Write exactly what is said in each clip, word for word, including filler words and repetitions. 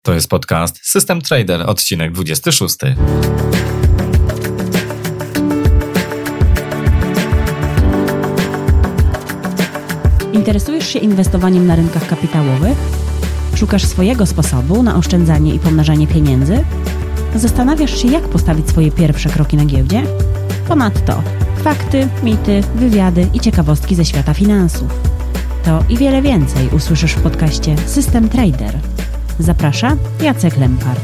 To jest podcast System Trader, odcinek dwudziesty szósty. Interesujesz się inwestowaniem na rynkach kapitałowych? Szukasz swojego sposobu na oszczędzanie i pomnażanie pieniędzy? Zastanawiasz się, jak postawić swoje pierwsze kroki na giełdzie? Ponadto fakty, mity, wywiady i ciekawostki ze świata finansów. To i wiele więcej usłyszysz w podcaście System Trader. Zaprasza Jacek Lempart.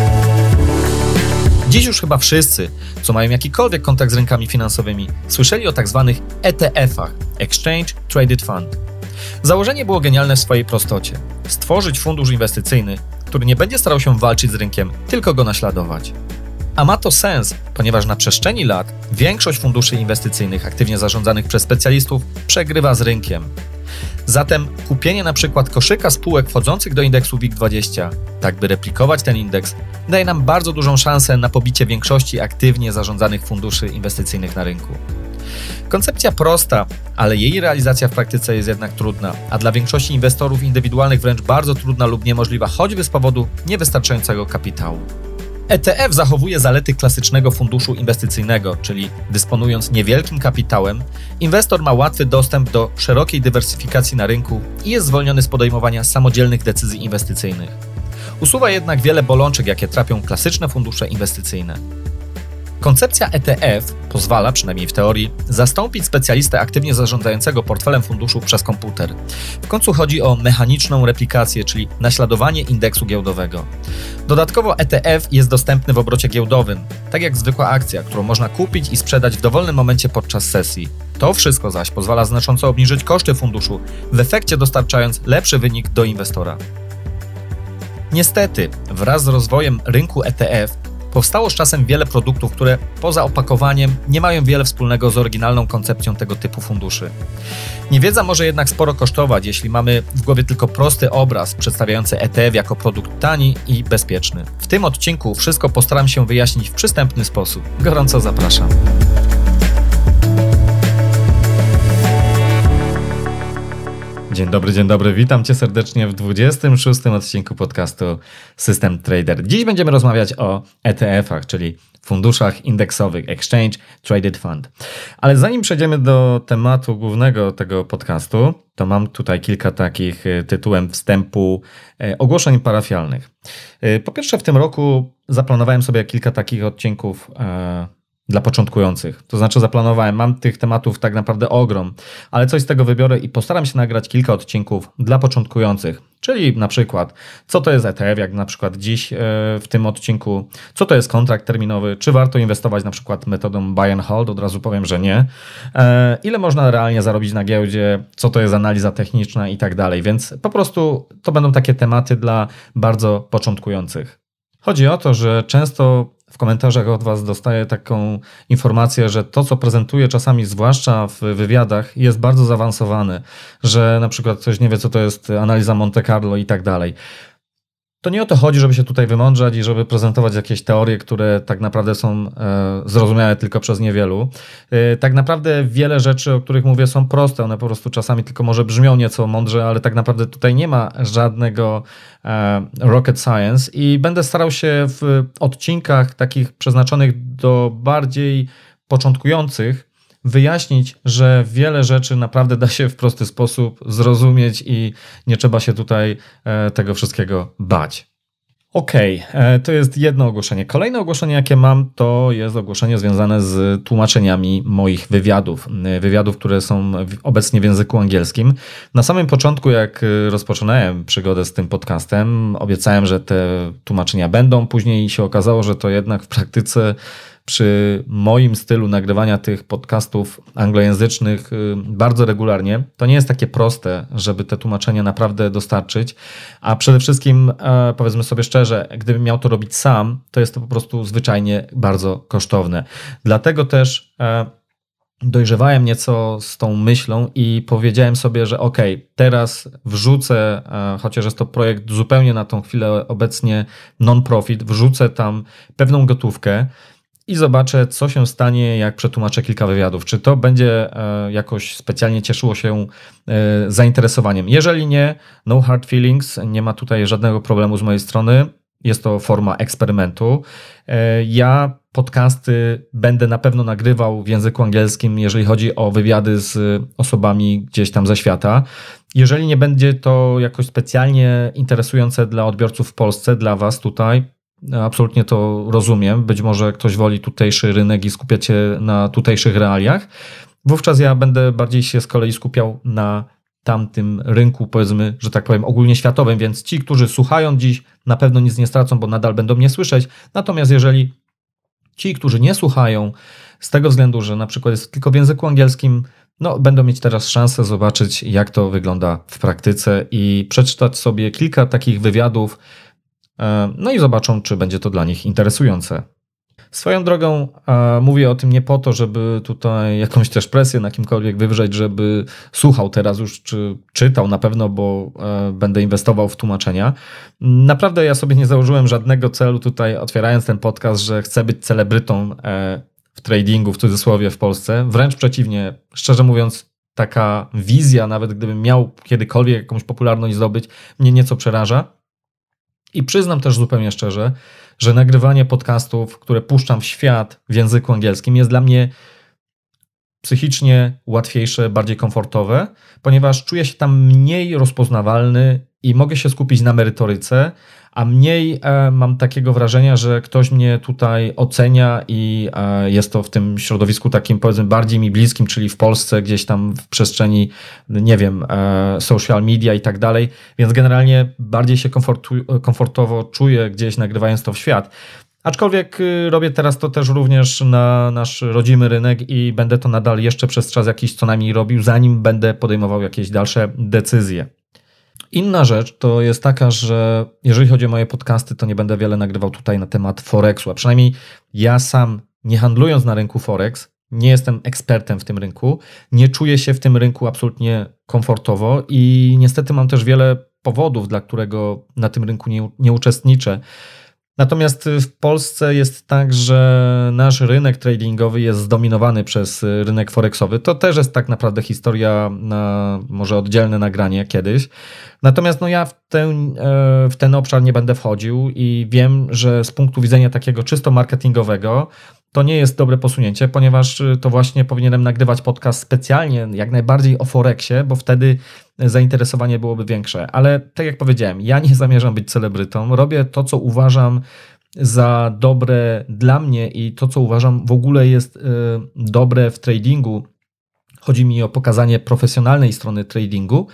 Dziś już chyba wszyscy, co mają jakikolwiek kontakt z rynkami finansowymi, słyszeli o tak zwanych E T F-ach – Exchange Traded Fund. Założenie było genialne w swojej prostocie. Stworzyć fundusz inwestycyjny, który nie będzie starał się walczyć z rynkiem, tylko go naśladować. A ma to sens, ponieważ na przestrzeni lat większość funduszy inwestycyjnych aktywnie zarządzanych przez specjalistów przegrywa z rynkiem. Zatem kupienie na przykład koszyka spółek wchodzących do indeksu WIG dwadzieścia, tak by replikować ten indeks, daje nam bardzo dużą szansę na pobicie większości aktywnie zarządzanych funduszy inwestycyjnych na rynku. Koncepcja prosta, ale jej realizacja w praktyce jest jednak trudna, a dla większości inwestorów indywidualnych wręcz bardzo trudna lub niemożliwa, choćby z powodu niewystarczającego kapitału. E T F zachowuje zalety klasycznego funduszu inwestycyjnego, czyli dysponując niewielkim kapitałem, inwestor ma łatwy dostęp do szerokiej dywersyfikacji na rynku i jest zwolniony z podejmowania samodzielnych decyzji inwestycyjnych. Usuwa jednak wiele bolączek, jakie trapią klasyczne fundusze inwestycyjne. Koncepcja E T F pozwala, przynajmniej w teorii, zastąpić specjalistę aktywnie zarządzającego portfelem funduszu przez komputer. W końcu chodzi o mechaniczną replikację, czyli naśladowanie indeksu giełdowego. Dodatkowo E T F jest dostępny w obrocie giełdowym, tak jak zwykła akcja, którą można kupić i sprzedać w dowolnym momencie podczas sesji. To wszystko zaś pozwala znacząco obniżyć koszty funduszu, w efekcie dostarczając lepszy wynik do inwestora. Niestety, wraz z rozwojem rynku E T F powstało z czasem wiele produktów, które poza opakowaniem nie mają wiele wspólnego z oryginalną koncepcją tego typu funduszy. Niewiedza może jednak sporo kosztować, jeśli mamy w głowie tylko prosty obraz przedstawiający E T F jako produkt tani i bezpieczny. W tym odcinku wszystko postaram się wyjaśnić w przystępny sposób. Gorąco zapraszam. Dzień dobry, dzień dobry. Witam Cię serdecznie w dwudziestym szóstym odcinku podcastu System Trader. Dziś będziemy rozmawiać o E T F-ach, czyli funduszach indeksowych, Exchange Traded Fund. Ale zanim przejdziemy do tematu głównego tego podcastu, to mam tutaj kilka takich tytułem wstępu ogłoszeń parafialnych. Po pierwsze, w tym roku zaplanowałem sobie kilka takich odcinków dla początkujących. To znaczy zaplanowałem, mam tych tematów tak naprawdę ogrom, ale coś z tego wybiorę i postaram się nagrać kilka odcinków dla początkujących. Czyli na przykład, co to jest E T F, jak na przykład dziś w tym odcinku, co to jest kontrakt terminowy, czy warto inwestować na przykład metodą buy and hold, od razu powiem, że nie. Ile można realnie zarobić na giełdzie, co to jest analiza techniczna i tak dalej, więc po prostu to będą takie tematy dla bardzo początkujących. Chodzi o to, że często w komentarzach od Was dostaję taką informację, że to, co prezentuję czasami, zwłaszcza w wywiadach, jest bardzo zaawansowane, że na przykład ktoś nie wie, co to jest analiza Monte Carlo i tak dalej. To nie o to chodzi, żeby się tutaj wymądrzać i żeby prezentować jakieś teorie, które tak naprawdę są e, zrozumiałe tylko przez niewielu. E, tak naprawdę wiele rzeczy, o których mówię, są proste. One po prostu czasami tylko może brzmią nieco mądrze, ale tak naprawdę tutaj nie ma żadnego e, rocket science i będę starał się w odcinkach takich przeznaczonych do bardziej początkujących wyjaśnić, że wiele rzeczy naprawdę da się w prosty sposób zrozumieć i nie trzeba się tutaj tego wszystkiego bać. Okej, okay, to jest jedno ogłoszenie. Kolejne ogłoszenie, jakie mam, to jest ogłoszenie związane z tłumaczeniami moich wywiadów. Wywiadów, które są obecnie w języku angielskim. Na samym początku, jak rozpoczynałem przygodę z tym podcastem, obiecałem, że te tłumaczenia będą. Później się okazało, że to jednak w praktyce przy moim stylu nagrywania tych podcastów anglojęzycznych bardzo regularnie, to nie jest takie proste, żeby te tłumaczenia naprawdę dostarczyć, a przede wszystkim, powiedzmy sobie szczerze, gdybym miał to robić sam, to jest to po prostu zwyczajnie bardzo kosztowne. Dlatego też dojrzewałem nieco z tą myślą i powiedziałem sobie, że okej, okay, teraz wrzucę, chociaż jest to projekt zupełnie na tą chwilę obecnie non-profit, wrzucę tam pewną gotówkę i zobaczę, co się stanie, jak przetłumaczę kilka wywiadów. Czy to będzie jakoś specjalnie cieszyło się zainteresowaniem. Jeżeli nie, no hard feelings, nie ma tutaj żadnego problemu z mojej strony. Jest to forma eksperymentu. Ja podcasty będę na pewno nagrywał w języku angielskim, jeżeli chodzi o wywiady z osobami gdzieś tam ze świata. Jeżeli nie będzie to jakoś specjalnie interesujące dla odbiorców w Polsce, dla Was tutaj, absolutnie to rozumiem. Być może ktoś woli tutejszy rynek i skupiać się na tutejszych realiach. Wówczas ja będę bardziej się z kolei skupiał na tamtym rynku, powiedzmy, że tak powiem, ogólnie światowym, więc ci, którzy słuchają dziś, na pewno nic nie stracą, bo nadal będą mnie słyszeć. Natomiast jeżeli ci, którzy nie słuchają, z tego względu, że na przykład jest tylko w języku angielskim, no będą mieć teraz szansę zobaczyć, jak to wygląda w praktyce i przeczytać sobie kilka takich wywiadów, no i zobaczą, czy będzie to dla nich interesujące. Swoją drogą e, mówię o tym nie po to, żeby tutaj jakąś też presję na kimkolwiek wywrzeć, żeby słuchał teraz już, czy czytał na pewno, bo e, będę inwestował w tłumaczenia. Naprawdę ja sobie nie założyłem żadnego celu tutaj, otwierając ten podcast, że chcę być celebrytą e, w tradingu, w cudzysłowie, w Polsce. Wręcz przeciwnie, szczerze mówiąc, taka wizja, nawet gdybym miał kiedykolwiek jakąś popularność zdobyć, mnie nieco przeraża. I przyznam też zupełnie szczerze, że nagrywanie podcastów, które puszczam w świat w języku angielskim, jest dla mnie psychicznie łatwiejsze, bardziej komfortowe, ponieważ czuję się tam mniej rozpoznawalny i mogę się skupić na merytoryce, a mniej e, mam takiego wrażenia, że ktoś mnie tutaj ocenia i e, jest to w tym środowisku takim, powiedzmy, bardziej mi bliskim, czyli w Polsce, gdzieś tam w przestrzeni, nie wiem, e, social media i tak dalej, więc generalnie bardziej się komfortu, komfortowo czuję gdzieś nagrywając to w świat. Aczkolwiek robię teraz to też również na nasz rodzimy rynek i będę to nadal jeszcze przez czas jakiś co najmniej robił, zanim będę podejmował jakieś dalsze decyzje. Inna rzecz to jest taka, że jeżeli chodzi o moje podcasty, to nie będę wiele nagrywał tutaj na temat Forexu, a przynajmniej ja sam, nie handlując na rynku Forex, nie jestem ekspertem w tym rynku, nie czuję się w tym rynku absolutnie komfortowo i niestety mam też wiele powodów, dla którego na tym rynku nie, nie uczestniczę. Natomiast w Polsce jest tak, że nasz rynek tradingowy jest zdominowany przez rynek forexowy. To też jest tak naprawdę historia na może oddzielne nagranie kiedyś. Natomiast no ja w ten, w ten obszar nie będę wchodził i wiem, że z punktu widzenia takiego czysto marketingowego to nie jest dobre posunięcie, ponieważ to właśnie powinienem nagrywać podcast specjalnie, jak najbardziej o Forexie, bo wtedy zainteresowanie byłoby większe. Ale tak jak powiedziałem, ja nie zamierzam być celebrytą. Robię to, co uważam za dobre dla mnie i to, co uważam w ogóle jest dobre w tradingu. Chodzi mi o pokazanie profesjonalnej strony tradingu.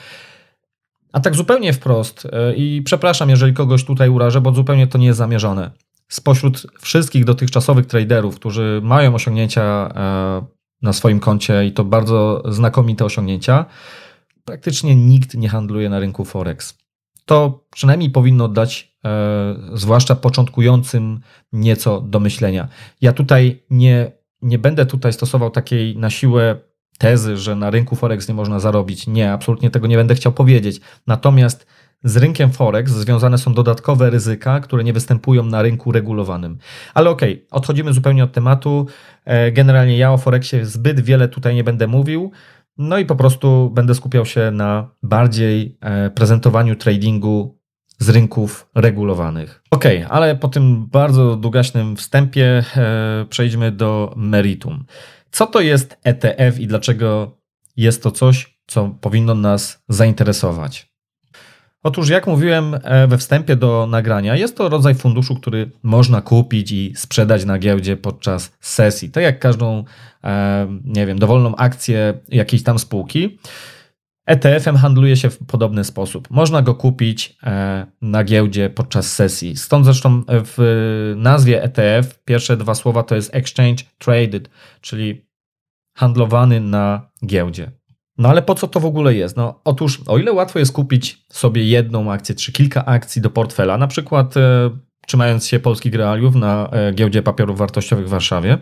A tak zupełnie wprost i przepraszam, jeżeli kogoś tutaj urażę, bo zupełnie to nie jest zamierzone. Spośród wszystkich dotychczasowych traderów, którzy mają osiągnięcia na swoim koncie i to bardzo znakomite osiągnięcia, praktycznie nikt nie handluje na rynku Forex. To przynajmniej powinno dać, e, zwłaszcza początkującym, nieco do myślenia. Ja tutaj nie, nie będę tutaj stosował takiej na siłę tezy, że na rynku Forex nie można zarobić. Nie, absolutnie tego nie będę chciał powiedzieć. Natomiast z rynkiem Forex związane są dodatkowe ryzyka, które nie występują na rynku regulowanym. Ale okej, okay, odchodzimy zupełnie od tematu. Generalnie ja o Forexie zbyt wiele tutaj nie będę mówił. No i po prostu będę skupiał się na bardziej prezentowaniu tradingu z rynków regulowanych. Okej, okay, ale po tym bardzo długaśnym wstępie przejdźmy do meritum. Co to jest E T F i dlaczego jest to coś, co powinno nas zainteresować? Otóż, jak mówiłem we wstępie do nagrania, jest to rodzaj funduszu, który można kupić i sprzedać na giełdzie podczas sesji. Tak jak każdą, nie wiem, dowolną akcję jakiejś tam spółki. E T F-em handluje się w podobny sposób. Można go kupić na giełdzie podczas sesji. Stąd zresztą w nazwie E T F pierwsze dwa słowa to jest Exchange Traded, czyli handlowany na giełdzie. No ale po co to w ogóle jest? No otóż, o ile łatwo jest kupić sobie jedną akcję czy kilka akcji do portfela, na przykład e, trzymając się polskich realiów na e, giełdzie papierów wartościowych w Warszawie,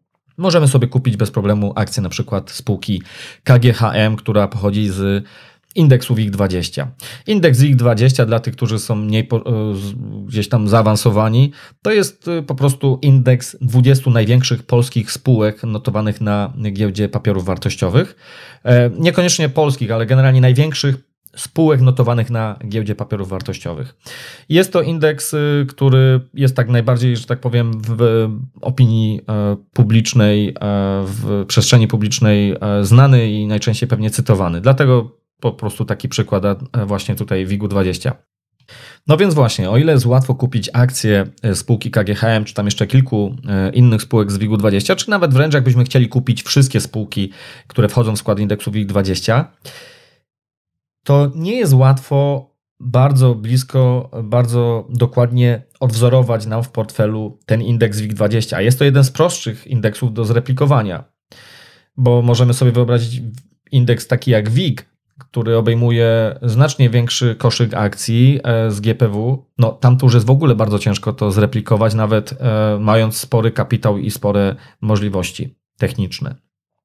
możemy sobie kupić bez problemu akcję na przykład spółki K G H M, która pochodzi z indeksu W I G dwadzieścia. Indeks W I G dwadzieścia dla tych, którzy są mniej po, gdzieś tam zaawansowani, to jest po prostu indeks dwudziestu największych polskich spółek notowanych na giełdzie papierów wartościowych. Niekoniecznie polskich, ale generalnie największych spółek notowanych na giełdzie papierów wartościowych. Jest to indeks, który jest tak najbardziej, że tak powiem, w opinii publicznej, w przestrzeni publicznej znany i najczęściej pewnie cytowany. Dlatego po prostu taki przykład właśnie tutaj W I G dwadzieścia. No więc właśnie, o ile jest łatwo kupić akcje spółki K G H M, czy tam jeszcze kilku innych spółek z W I G dwadzieścia, czy nawet wręcz jakbyśmy chcieli kupić wszystkie spółki, które wchodzą w skład indeksu W I G dwadzieścia, to nie jest łatwo bardzo blisko, bardzo dokładnie odwzorować nam w portfelu ten indeks W I G dwadzieścia. A jest to jeden z prostszych indeksów do zreplikowania, bo możemy sobie wyobrazić indeks taki jak W I G, który obejmuje znacznie większy koszyk akcji z G P W. No tam to już jest w ogóle bardzo ciężko to zreplikować, nawet e, mając spory kapitał i spore możliwości techniczne.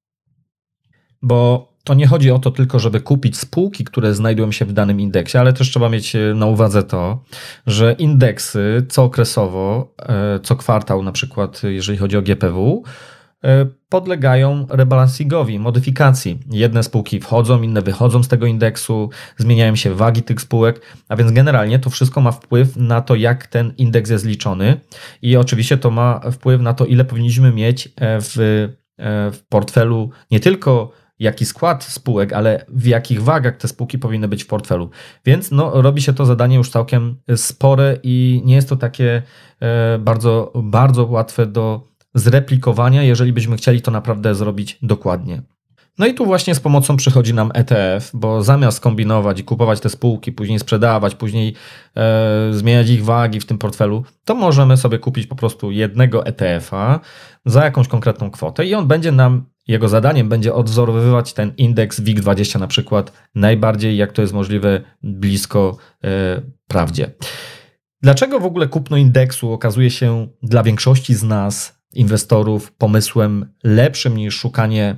Bo to nie chodzi o to tylko, żeby kupić spółki, które znajdują się w danym indeksie, ale też trzeba mieć na uwadze to, że indeksy cookresowo, co kwartał na przykład, jeżeli chodzi o G P W, podlegają rebalansingowi, modyfikacji. Jedne spółki wchodzą, inne wychodzą z tego indeksu, zmieniają się wagi tych spółek, a więc generalnie to wszystko ma wpływ na to, jak ten indeks jest liczony i oczywiście to ma wpływ na to, ile powinniśmy mieć w, w portfelu nie tylko jaki skład spółek, ale w jakich wagach te spółki powinny być w portfelu. Więc no, robi się to zadanie już całkiem spore i nie jest to takie e, bardzo, bardzo łatwe do zreplikowania, jeżeli byśmy chcieli to naprawdę zrobić dokładnie. No i tu właśnie z pomocą przychodzi nam E T F, bo zamiast kombinować i kupować te spółki, później sprzedawać, później e, zmieniać ich wagi w tym portfelu, to możemy sobie kupić po prostu jednego E T F a za jakąś konkretną kwotę i on będzie nam, jego zadaniem będzie odwzorowywać ten indeks W I G dwadzieścia na przykład najbardziej, jak to jest możliwe, blisko e, prawdzie. Dlaczego w ogóle kupno indeksu okazuje się dla większości z nas, inwestorów, pomysłem lepszym niż szukanie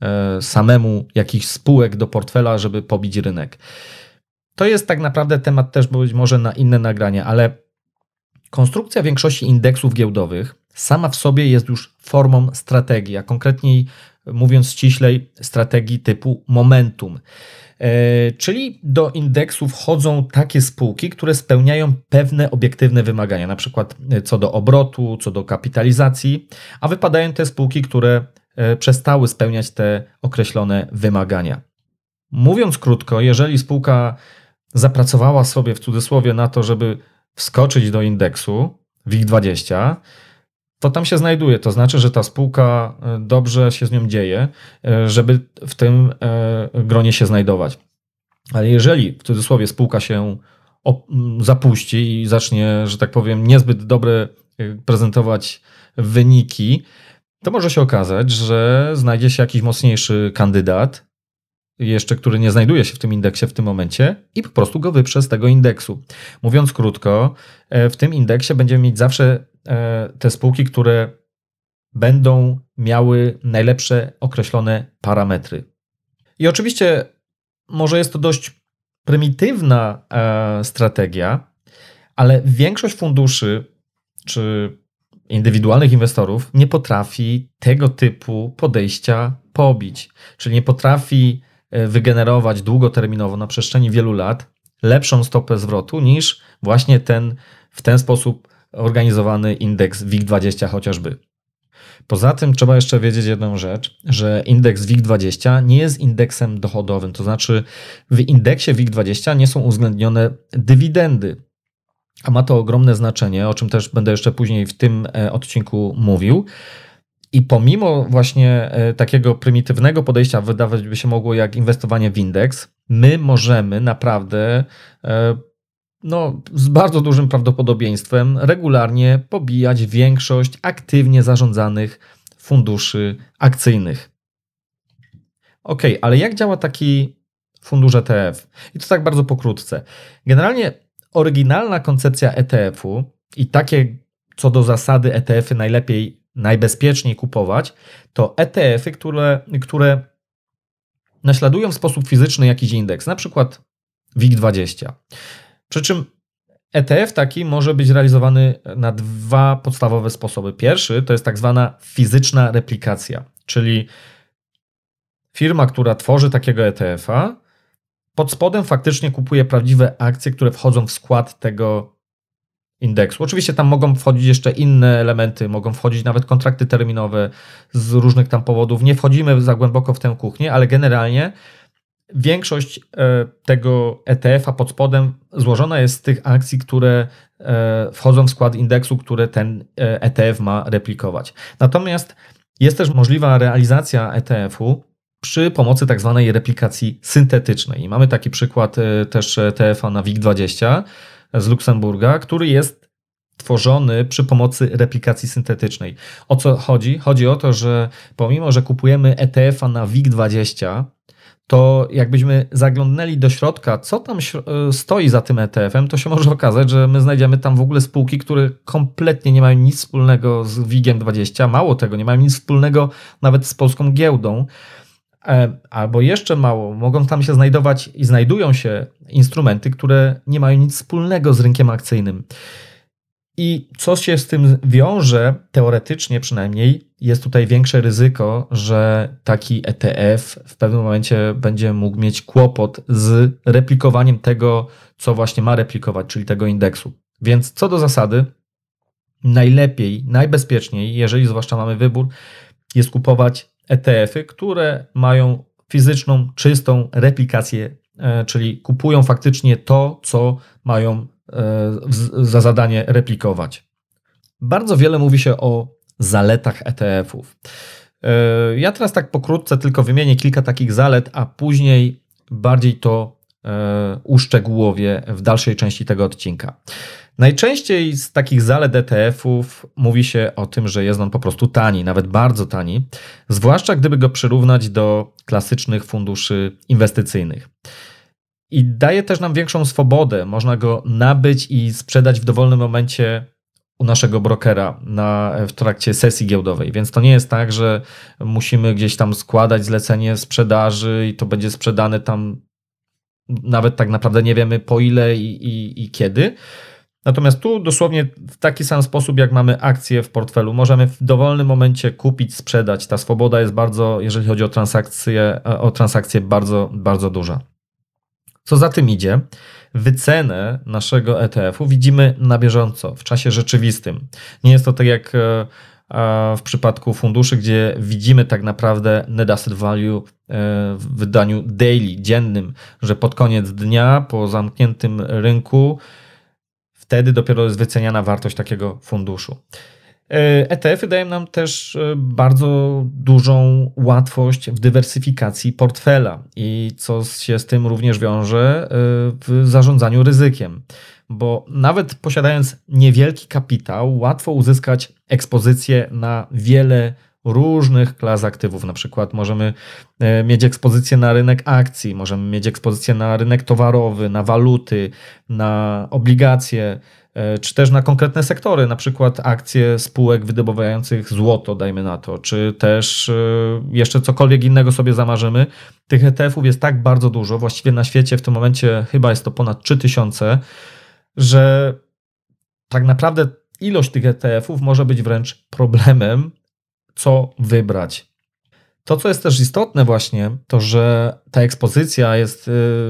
samemu jakichś spółek do portfela, żeby pobić rynek? To jest tak naprawdę temat też być może na inne nagrania, ale konstrukcja większości indeksów giełdowych sama w sobie jest już formą strategii, a konkretniej mówiąc ściślej strategii typu momentum. Czyli do indeksu wchodzą takie spółki, które spełniają pewne obiektywne wymagania, na przykład co do obrotu, co do kapitalizacji, a wypadają te spółki, które przestały spełniać te określone wymagania. Mówiąc krótko, jeżeli spółka zapracowała sobie w cudzysłowie na to, żeby wskoczyć do indeksu W I G dwadzieścia, to tam się znajduje. To znaczy, że ta spółka dobrze się z nią dzieje, żeby w tym gronie się znajdować. Ale jeżeli w cudzysłowie spółka się zapuści i zacznie, że tak powiem, niezbyt dobre prezentować wyniki, to może się okazać, że znajdzie się jakiś mocniejszy kandydat, jeszcze który nie znajduje się w tym indeksie w tym momencie i po prostu go wyprze z tego indeksu. Mówiąc krótko, w tym indeksie będziemy mieć zawsze te spółki, które będą miały najlepsze określone parametry. I oczywiście może jest to dość prymitywna strategia, ale większość funduszy czy indywidualnych inwestorów nie potrafi tego typu podejścia pobić, czyli nie potrafi wygenerować długoterminowo na przestrzeni wielu lat lepszą stopę zwrotu niż właśnie ten w ten sposób organizowany indeks W I G dwadzieścia chociażby. Poza tym trzeba jeszcze wiedzieć jedną rzecz, że indeks W I G dwadzieścia nie jest indeksem dochodowym, to znaczy w indeksie W I G dwadzieścia nie są uwzględnione dywidendy. A ma to ogromne znaczenie, o czym też będę jeszcze później w tym odcinku mówił. I pomimo właśnie takiego prymitywnego podejścia, wydawać by się mogło jak inwestowanie w indeks, my możemy naprawdę no, z bardzo dużym prawdopodobieństwem regularnie pobijać większość aktywnie zarządzanych funduszy akcyjnych. Ok, ale jak działa taki fundusz E T F? I to tak bardzo pokrótce. Generalnie oryginalna koncepcja E T F u i takie co do zasady E T F y najlepiej, najbezpieczniej kupować, to E T F y, które, które naśladują w sposób fizyczny jakiś indeks, na przykład W I G dwadzieścia. Przy czym E T F taki może być realizowany na dwa podstawowe sposoby. Pierwszy to jest tak zwana fizyczna replikacja, czyli firma, która tworzy takiego E T F-a, pod spodem faktycznie kupuje prawdziwe akcje, które wchodzą w skład tego indeksu. Oczywiście tam mogą wchodzić jeszcze inne elementy, mogą wchodzić nawet kontrakty terminowe z różnych tam powodów. Nie wchodzimy za głęboko w tę kuchnię, ale generalnie większość tego E T F-a pod spodem złożona jest z tych akcji, które wchodzą w skład indeksu, które ten E T F ma replikować. Natomiast jest też możliwa realizacja E T F-u przy pomocy tak zwanej replikacji syntetycznej. I mamy taki przykład też E T F-a na W I G dwadzieścia z Luksemburga, który jest tworzony przy pomocy replikacji syntetycznej. O co chodzi? Chodzi o to, że pomimo, że kupujemy E T F-a na W I G dwadzieścia, to jakbyśmy zaglądnęli do środka, co tam stoi za tym E T F-em, to się może okazać, że my znajdziemy tam w ogóle spółki, które kompletnie nie mają nic wspólnego z W I G-iem dwadzieścia, mało tego, nie mają nic wspólnego nawet z polską giełdą, albo jeszcze mało, mogą tam się znajdować i znajdują się instrumenty, które nie mają nic wspólnego z rynkiem akcyjnym. I co się z tym wiąże, teoretycznie przynajmniej, jest tutaj większe ryzyko, że taki E T F w pewnym momencie będzie mógł mieć kłopot z replikowaniem tego, co właśnie ma replikować, czyli tego indeksu. Więc co do zasady, najlepiej, najbezpieczniej, jeżeli zwłaszcza mamy wybór, jest kupować E T F-y, które mają fizyczną, czystą replikację, czyli kupują faktycznie to, co mają za zadanie replikować. Bardzo wiele mówi się o zaletach E T F-ów. Ja teraz tak pokrótce tylko wymienię kilka takich zalet, a później bardziej to uszczegółowię w dalszej części tego odcinka. Najczęściej z takich zalet E T F-ów mówi się o tym, że jest on po prostu tani, nawet bardzo tani, zwłaszcza gdyby go przyrównać do klasycznych funduszy inwestycyjnych. I daje też nam większą swobodę. Można go nabyć i sprzedać w dowolnym momencie u naszego brokera na, w trakcie sesji giełdowej. Więc to nie jest tak, że musimy gdzieś tam składać zlecenie sprzedaży i to będzie sprzedane tam nawet tak naprawdę nie wiemy po ile i, i, i kiedy. Natomiast tu dosłownie w taki sam sposób, jak mamy akcje w portfelu, możemy w dowolnym momencie kupić, sprzedać. Ta swoboda jest bardzo, jeżeli chodzi o transakcje, o transakcje bardzo, bardzo duża. Co za tym idzie, wycenę naszego E T F-u widzimy na bieżąco, w czasie rzeczywistym. Nie jest to tak jak w przypadku funduszy, gdzie widzimy tak naprawdę net asset value w wydaniu daily, dziennym, że pod koniec dnia, po zamkniętym rynku, wtedy dopiero jest wyceniana wartość takiego funduszu. E T F-y dają nam też bardzo dużą łatwość w dywersyfikacji portfela i co się z tym również wiąże w zarządzaniu ryzykiem, bo nawet posiadając niewielki kapitał, łatwo uzyskać ekspozycję na wiele różnych klas aktywów. Na przykład możemy mieć ekspozycję na rynek akcji, możemy mieć ekspozycję na rynek towarowy, na waluty, na obligacje, czy też na konkretne sektory, na przykład akcje spółek wydobywających złoto, dajmy na to, czy też jeszcze cokolwiek innego sobie zamarzymy. Tych E T F-ów jest tak bardzo dużo, właściwie na świecie w tym momencie chyba jest to ponad trzy tysiące, że tak naprawdę ilość tych E T F-ów może być wręcz problemem, co wybrać. To, co jest też istotne właśnie, to że ta ekspozycja jest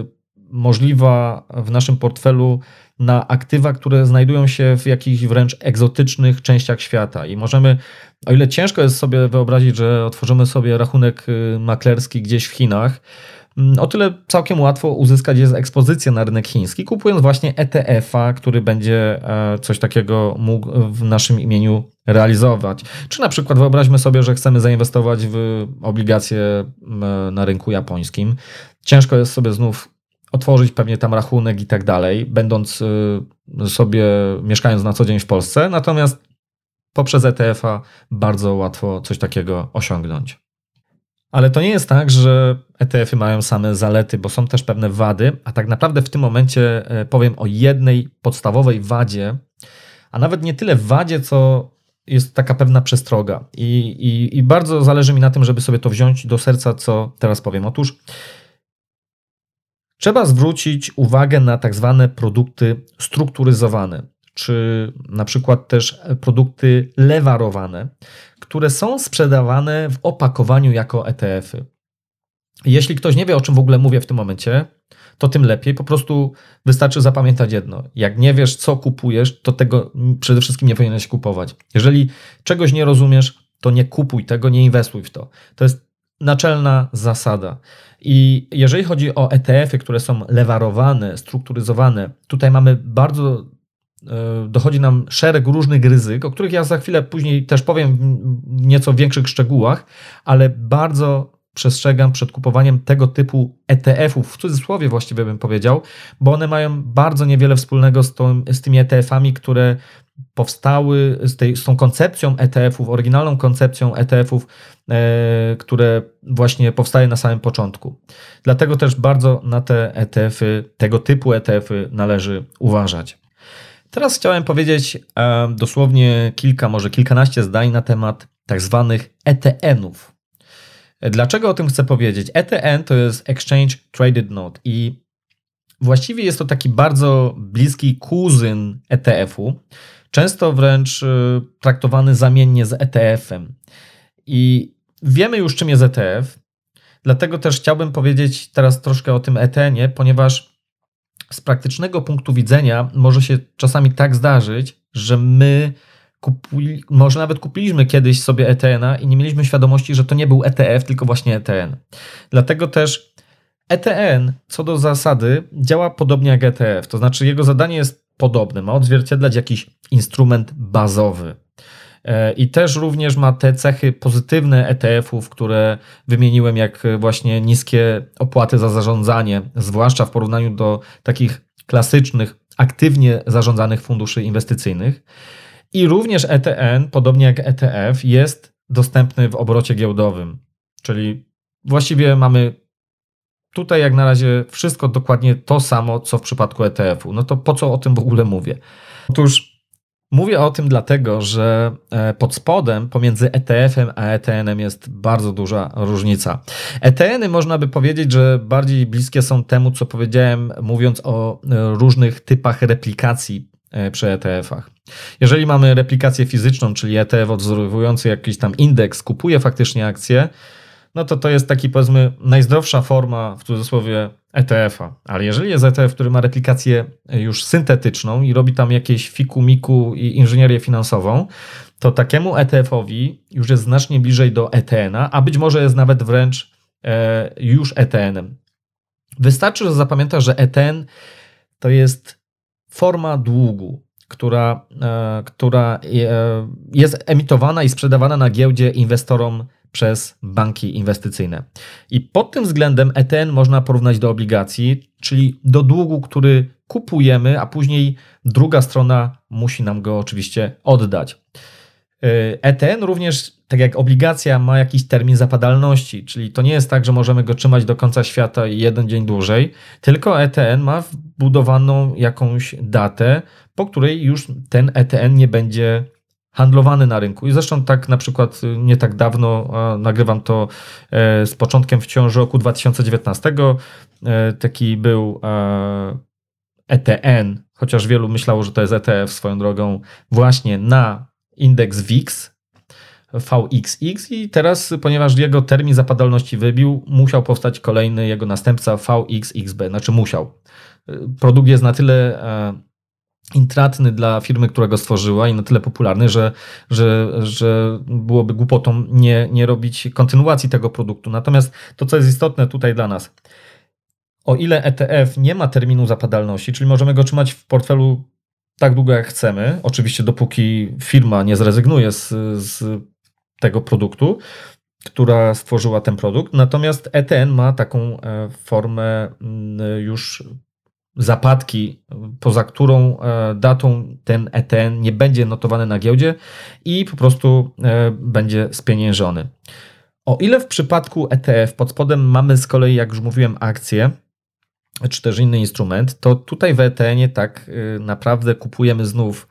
możliwa w naszym portfelu na aktywa, które znajdują się w jakichś wręcz egzotycznych częściach świata i możemy, o ile ciężko jest sobie wyobrazić, że otworzymy sobie rachunek maklerski gdzieś w Chinach, o tyle całkiem łatwo uzyskać jest ekspozycję na rynek chiński, kupując właśnie E T F-a, który będzie coś takiego mógł w naszym imieniu realizować. Czy na przykład wyobraźmy sobie, że chcemy zainwestować w obligacje na rynku japońskim. Ciężko jest sobie znów otworzyć pewnie tam rachunek i tak dalej, będąc sobie, mieszkając na co dzień w Polsce, natomiast poprzez E T F-a bardzo łatwo coś takiego osiągnąć. Ale to nie jest tak, że E T F-y mają same zalety, bo są też pewne wady, a tak naprawdę w tym momencie powiem o jednej podstawowej wadzie, a nawet nie tyle wadzie, co jest taka pewna przestroga i, i, i bardzo zależy mi na tym, żeby sobie to wziąć do serca, co teraz powiem. Otóż trzeba zwrócić uwagę na tak zwane produkty strukturyzowane, czy na przykład też produkty lewarowane, które są sprzedawane w opakowaniu jako E T F-y. Jeśli ktoś nie wie, o czym w ogóle mówię w tym momencie, to tym lepiej. Po prostu wystarczy zapamiętać jedno. Jak nie wiesz, co kupujesz, to tego przede wszystkim nie powinieneś kupować. Jeżeli czegoś nie rozumiesz, to nie kupuj tego, nie inwestuj w to. To jest naczelna zasada. I jeżeli chodzi o E T F-y, które są lewarowane, strukturyzowane, tutaj mamy bardzo, dochodzi nam szereg różnych ryzyk, o których ja za chwilę później też powiem w nieco większych szczegółach, ale bardzo przestrzegam przed kupowaniem tego typu E T F-ów, w cudzysłowie właściwie bym powiedział, bo one mają bardzo niewiele wspólnego z, tą, z tymi E T F-ami, które powstały z, tej, z tą koncepcją E T F-ów, oryginalną koncepcją E T F-ów, e, które właśnie powstaje na samym początku. Dlatego też bardzo na te E T F-y, tego typu E T F-y należy uważać. Teraz chciałem powiedzieć e, dosłownie kilka, może kilkanaście zdań na temat tak zwanych E T N-ów. Dlaczego o tym chcę powiedzieć? E T N to jest Exchange Traded Note i właściwie jest to taki bardzo bliski kuzyn E T F-u, często wręcz traktowany zamiennie z E T F-em. I wiemy już, czym jest E T F, dlatego też chciałbym powiedzieć teraz troszkę o tym E T N-ie, ponieważ z praktycznego punktu widzenia może się czasami tak zdarzyć, że my Kupili, może nawet kupiliśmy kiedyś sobie E T N-a i nie mieliśmy świadomości, że to nie był E T F, tylko właśnie E T N. Dlatego też E T N co do zasady działa podobnie jak E T F, to znaczy jego zadanie jest podobne, ma odzwierciedlać jakiś instrument bazowy. I też również ma te cechy pozytywne E T F-ów, które wymieniłem, jak właśnie niskie opłaty za zarządzanie, zwłaszcza w porównaniu do takich klasycznych, aktywnie zarządzanych funduszy inwestycyjnych. I również E T N, podobnie jak E T F, jest dostępny w obrocie giełdowym. Czyli właściwie mamy tutaj jak na razie wszystko dokładnie to samo, co w przypadku E T F-u. No to po co o tym w ogóle mówię? Otóż mówię o tym dlatego, że pod spodem pomiędzy E T F-em a E T N-em jest bardzo duża różnica. E T N-y można by powiedzieć, że bardziej bliskie są temu, co powiedziałem, mówiąc o różnych typach replikacji przy E T F-ach. Jeżeli mamy replikację fizyczną, czyli E T F odwzorowujący jakiś tam indeks, kupuje faktycznie akcje, no to to jest taki, powiedzmy, najzdrowsza forma, w cudzysłowie, E T F-a. Ale jeżeli jest E T F, który ma replikację już syntetyczną i robi tam jakieś fiku-miku i inżynierię finansową, to takiemu E T F-owi już jest znacznie bliżej do E T N-a, a być może jest nawet wręcz e, już E T N-em. Wystarczy, że zapamiętasz, że E T N to jest forma długu, która, e, która e, jest emitowana i sprzedawana na giełdzie inwestorom przez banki inwestycyjne. I pod tym względem E T N można porównać do obligacji, czyli do długu, który kupujemy, a później druga strona musi nam go oczywiście oddać. E T N również, tak jak obligacja, ma jakiś termin zapadalności, czyli to nie jest tak, że możemy go trzymać do końca świata i jeden dzień dłużej, tylko E T N ma wbudowaną jakąś datę, po której już ten E T N nie będzie handlowany na rynku. I zresztą tak na przykład nie tak dawno, nagrywam to z początkiem wciąż roku dwa tysiące dziewiętnastego, taki był E T N, chociaż wielu myślało, że to jest E T F swoją drogą, właśnie na indeks V I X, V X X i teraz, ponieważ jego termin zapadalności wybił, musiał powstać kolejny jego następca V X X B, znaczy musiał. Produkt jest na tyle intratny dla firmy, która go stworzyła i na tyle popularny, że, że, że byłoby głupotą nie, nie robić kontynuacji tego produktu. Natomiast to, co jest istotne tutaj dla nas, o ile E T F nie ma terminu zapadalności, czyli możemy go trzymać w portfelu tak długo, jak chcemy, oczywiście dopóki firma nie zrezygnuje z, z tego produktu, która stworzyła ten produkt, natomiast E T N ma taką formę już zapadki, poza którą datą ten E T N nie będzie notowany na giełdzie i po prostu będzie spieniężony. O ile w przypadku E T F pod spodem mamy z kolei, jak już mówiłem, akcje, czy też inny instrument, to tutaj w E T N-ie tak naprawdę kupujemy znów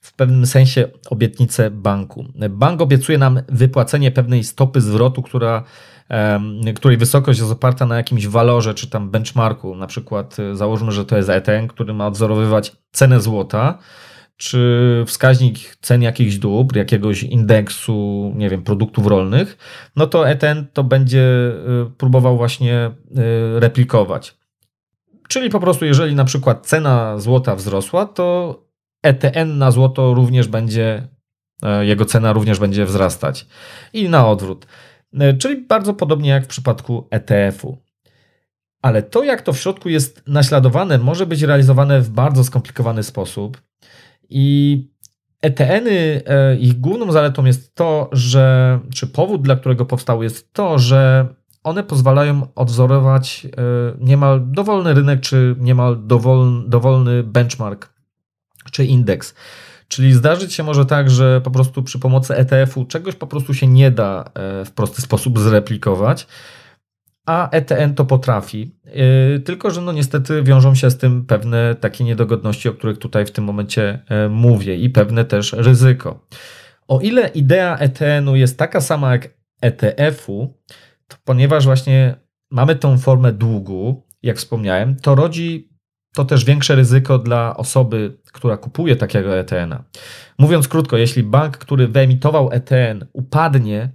w pewnym sensie obietnicę banku. Bank obiecuje nam wypłacenie pewnej stopy zwrotu, która, której wysokość jest oparta na jakimś walorze czy tam benchmarku. Na przykład załóżmy, że to jest E T N, który ma odwzorowywać cenę złota, czy wskaźnik cen jakichś dóbr, jakiegoś indeksu, nie wiem, produktów rolnych, no to E T N to będzie próbował właśnie replikować. Czyli po prostu jeżeli na przykład cena złota wzrosła, to E T N na złoto również będzie, jego cena również będzie wzrastać. I na odwrót. Czyli bardzo podobnie jak w przypadku E T F-u. Ale to, jak to w środku jest naśladowane, może być realizowane w bardzo skomplikowany sposób. I E T N-y, ich główną zaletą jest to, że, czy powód, dla którego powstały, jest to, że one pozwalają odwzorować niemal dowolny rynek, czy niemal dowolny, dowolny benchmark, czy indeks. Czyli zdarzyć się może tak, że po prostu przy pomocy E T F-u czegoś po prostu się nie da w prosty sposób zreplikować, a E T N to potrafi. Tylko że no niestety wiążą się z tym pewne takie niedogodności, o których tutaj w tym momencie mówię, i pewne też ryzyko. O ile idea E T N-u jest taka sama jak E T F-u, to ponieważ właśnie mamy tą formę długu, jak wspomniałem, to rodzi to też większe ryzyko dla osoby, która kupuje takiego E T N-a. Mówiąc krótko, jeśli bank, który wyemitował E T N, upadnie,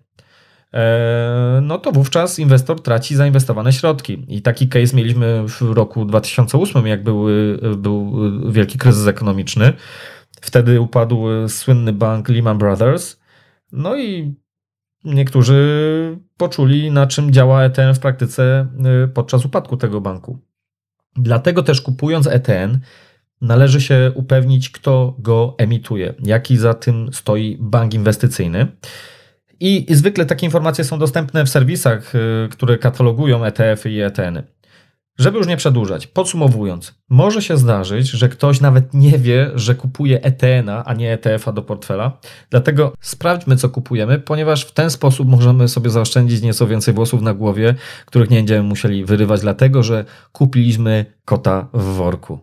no to wówczas inwestor traci zainwestowane środki. I taki case mieliśmy w roku dwa tysiące ósmym, jak był, był wielki kryzys ekonomiczny. Wtedy upadł słynny bank Lehman Brothers. No i niektórzy poczuli, na czym działa E T N w praktyce podczas upadku tego banku. Dlatego też kupując E T N należy się upewnić, kto go emituje, jaki za tym stoi bank inwestycyjny. I zwykle takie informacje są dostępne w serwisach, które katalogują E T F-y i E T N-y. Żeby już nie przedłużać, podsumowując, może się zdarzyć, że ktoś nawet nie wie, że kupuje E T N-a, a nie E T F-a do portfela. Dlatego sprawdźmy, co kupujemy, ponieważ w ten sposób możemy sobie zaoszczędzić nieco więcej włosów na głowie, których nie będziemy musieli wyrywać, dlatego że kupiliśmy kota w worku.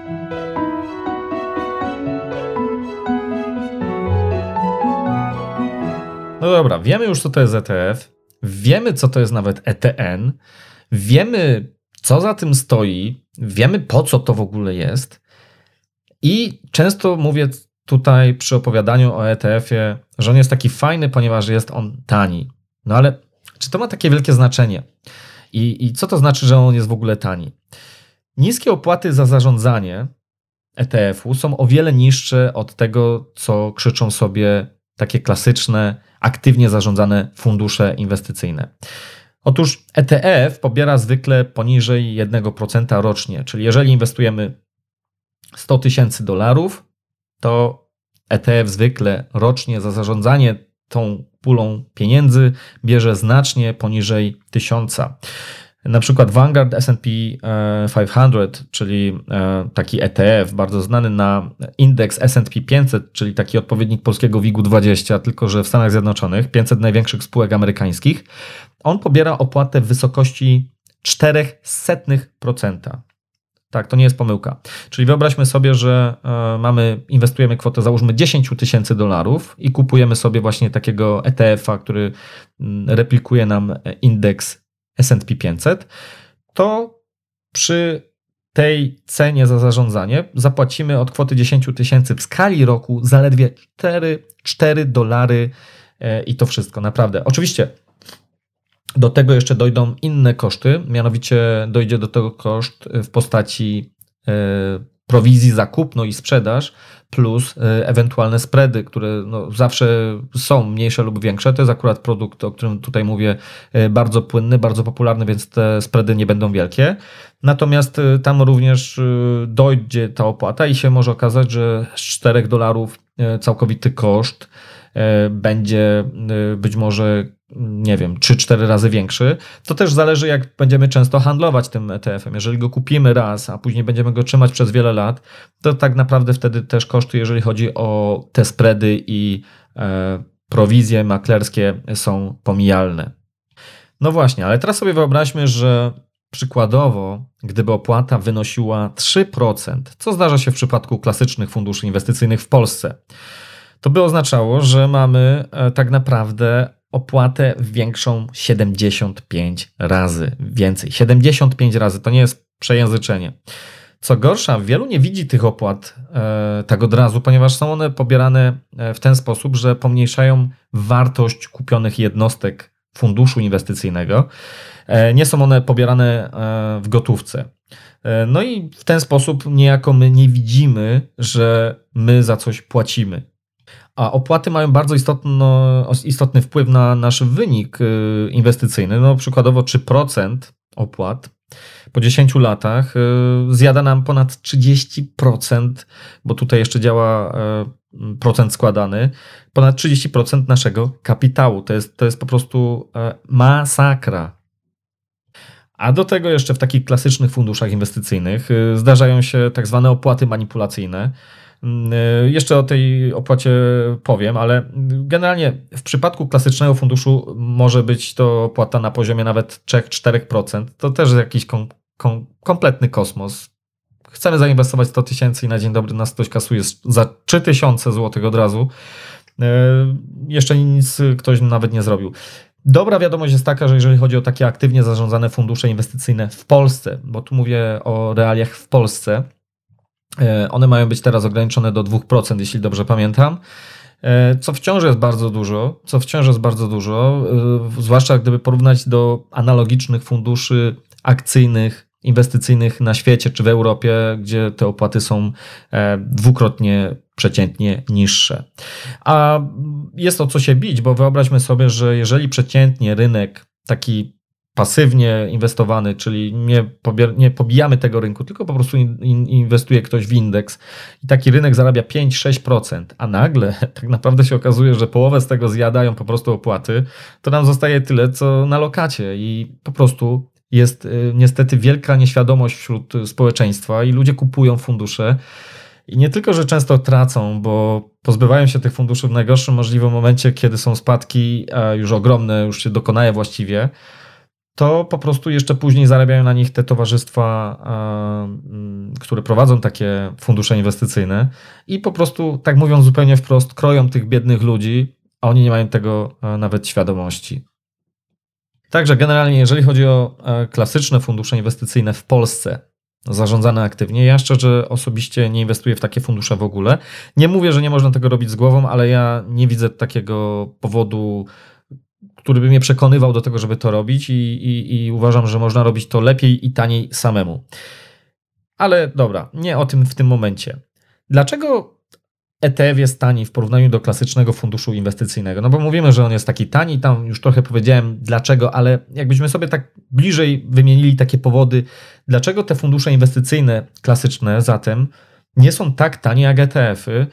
No dobra, wiemy już, co to jest E T F, wiemy, co to jest nawet E T N, wiemy, co za tym stoi, wiemy, po co to w ogóle jest, i często mówię tutaj przy opowiadaniu o E T F-ie, że on jest taki fajny, ponieważ jest on tani. No ale czy to ma takie wielkie znaczenie? I, i co to znaczy, że on jest w ogóle tani? Niskie opłaty za zarządzanie E T F-u są o wiele niższe od tego, co krzyczą sobie takie klasyczne, aktywnie zarządzane fundusze inwestycyjne. Otóż E T F pobiera zwykle poniżej jeden procent rocznie, czyli jeżeli inwestujemy sto tysięcy dolarów, to E T F zwykle rocznie za zarządzanie tą pulą pieniędzy bierze znacznie poniżej tysiąca. Na przykład Vanguard S and P pięćset, czyli taki E T F bardzo znany na indeks S and P pięćset, czyli taki odpowiednik polskiego WIG-u dwadzieścia, tylko że w Stanach Zjednoczonych, pięćset największych spółek amerykańskich, on pobiera opłatę w wysokości cztery setne procenta. Tak, to nie jest pomyłka. Czyli wyobraźmy sobie, że mamy, inwestujemy kwotę, załóżmy dziesięć tysięcy dolarów i kupujemy sobie właśnie takiego E T F-a, który replikuje nam indeks S and P pięćset, to przy tej cenie za zarządzanie zapłacimy od kwoty dziesięć tysięcy w skali roku zaledwie cztery dolary i to wszystko, naprawdę. Oczywiście do tego jeszcze dojdą inne koszty, mianowicie dojdzie do tego koszt w postaci prowizji za kupno i sprzedaż plus ewentualne spready, które no zawsze są mniejsze lub większe. To jest akurat produkt, o którym tutaj mówię, bardzo płynny, bardzo popularny, więc te spready nie będą wielkie. Natomiast tam również dojdzie ta opłata i się może okazać, że z czterech dolarów całkowity koszt będzie być może, nie wiem, trzy cztery razy większy. To też zależy, jak będziemy często handlować tym E T F-em. Jeżeli go kupimy raz, a później będziemy go trzymać przez wiele lat, to tak naprawdę wtedy też koszty, jeżeli chodzi o te spready i e, prowizje maklerskie, są pomijalne. No właśnie, ale teraz sobie wyobraźmy, że przykładowo, gdyby opłata wynosiła trzy procent, co zdarza się w przypadku klasycznych funduszy inwestycyjnych w Polsce, to by oznaczało, że mamy tak naprawdę opłatę większą siedemdziesiąt pięć razy więcej. siedemdziesiąt pięć razy, to nie jest przejęzyczenie. Co gorsza, wielu nie widzi tych opłat e, tak od razu, ponieważ są one pobierane w ten sposób, że pomniejszają wartość kupionych jednostek funduszu inwestycyjnego. E, nie są one pobierane e, w gotówce. E, no i w ten sposób niejako my nie widzimy, że my za coś płacimy. A opłaty mają bardzo istotno, istotny wpływ na nasz wynik e, inwestycyjny. No, przykładowo trzy procent opłat po dziesięciu latach zjada nam ponad trzydzieści procent, bo tutaj jeszcze działa procent składany, ponad trzydzieści procent naszego kapitału. To jest, to jest po prostu masakra. A do tego jeszcze w takich klasycznych funduszach inwestycyjnych zdarzają się tak zwane opłaty manipulacyjne. Jeszcze o tej opłacie powiem, ale generalnie w przypadku klasycznego funduszu może być to opłata na poziomie nawet trzy do czterech procent. To też jakiś kom, kom, kompletny kosmos. Chcemy zainwestować sto tysięcy i na dzień dobry nas ktoś kasuje za trzy tysiące złotych od razu. Jeszcze nic ktoś nawet nie zrobił. Dobra wiadomość jest taka, że jeżeli chodzi o takie aktywnie zarządzane fundusze inwestycyjne w Polsce, bo tu mówię o realiach w Polsce, one mają być teraz ograniczone do dwóch procent, jeśli dobrze pamiętam, co wciąż jest bardzo dużo, co wciąż jest bardzo dużo, zwłaszcza gdyby porównać do analogicznych funduszy akcyjnych, inwestycyjnych na świecie czy w Europie, gdzie te opłaty są dwukrotnie przeciętnie niższe. A jest o co się bić, bo wyobraźmy sobie, że jeżeli przeciętnie rynek taki pasywnie inwestowany, czyli nie, pobier- nie pobijamy tego rynku, tylko po prostu in- in- inwestuje ktoś w indeks i taki rynek zarabia pięć do sześciu procent, a nagle tak naprawdę się okazuje, że połowę z tego zjadają po prostu opłaty, to nam zostaje tyle, co na lokacie i po prostu jest y, niestety wielka nieświadomość wśród społeczeństwa i ludzie kupują fundusze i nie tylko, że często tracą, bo pozbywają się tych funduszy w najgorszym możliwym momencie, kiedy są spadki, a już ogromne, już się dokonaje właściwie, to po prostu jeszcze później zarabiają na nich te towarzystwa, które prowadzą takie fundusze inwestycyjne i po prostu, tak mówiąc zupełnie wprost, kroją tych biednych ludzi, a oni nie mają tego nawet świadomości. Także generalnie, jeżeli chodzi o klasyczne fundusze inwestycyjne w Polsce, zarządzane aktywnie, ja szczerze osobiście nie inwestuję w takie fundusze w ogóle. Nie mówię, że nie można tego robić z głową, ale ja nie widzę takiego powodu, który by mnie przekonywał do tego, żeby to robić i, i, i uważam, że można robić to lepiej i taniej samemu. Ale dobra, nie o tym w tym momencie. Dlaczego E T F jest tani w porównaniu do klasycznego funduszu inwestycyjnego? No bo mówimy, że on jest taki tani, tam już trochę powiedziałem dlaczego, ale jakbyśmy sobie tak bliżej wymienili takie powody, dlaczego te fundusze inwestycyjne klasyczne zatem nie są tak tanie jak E T F-y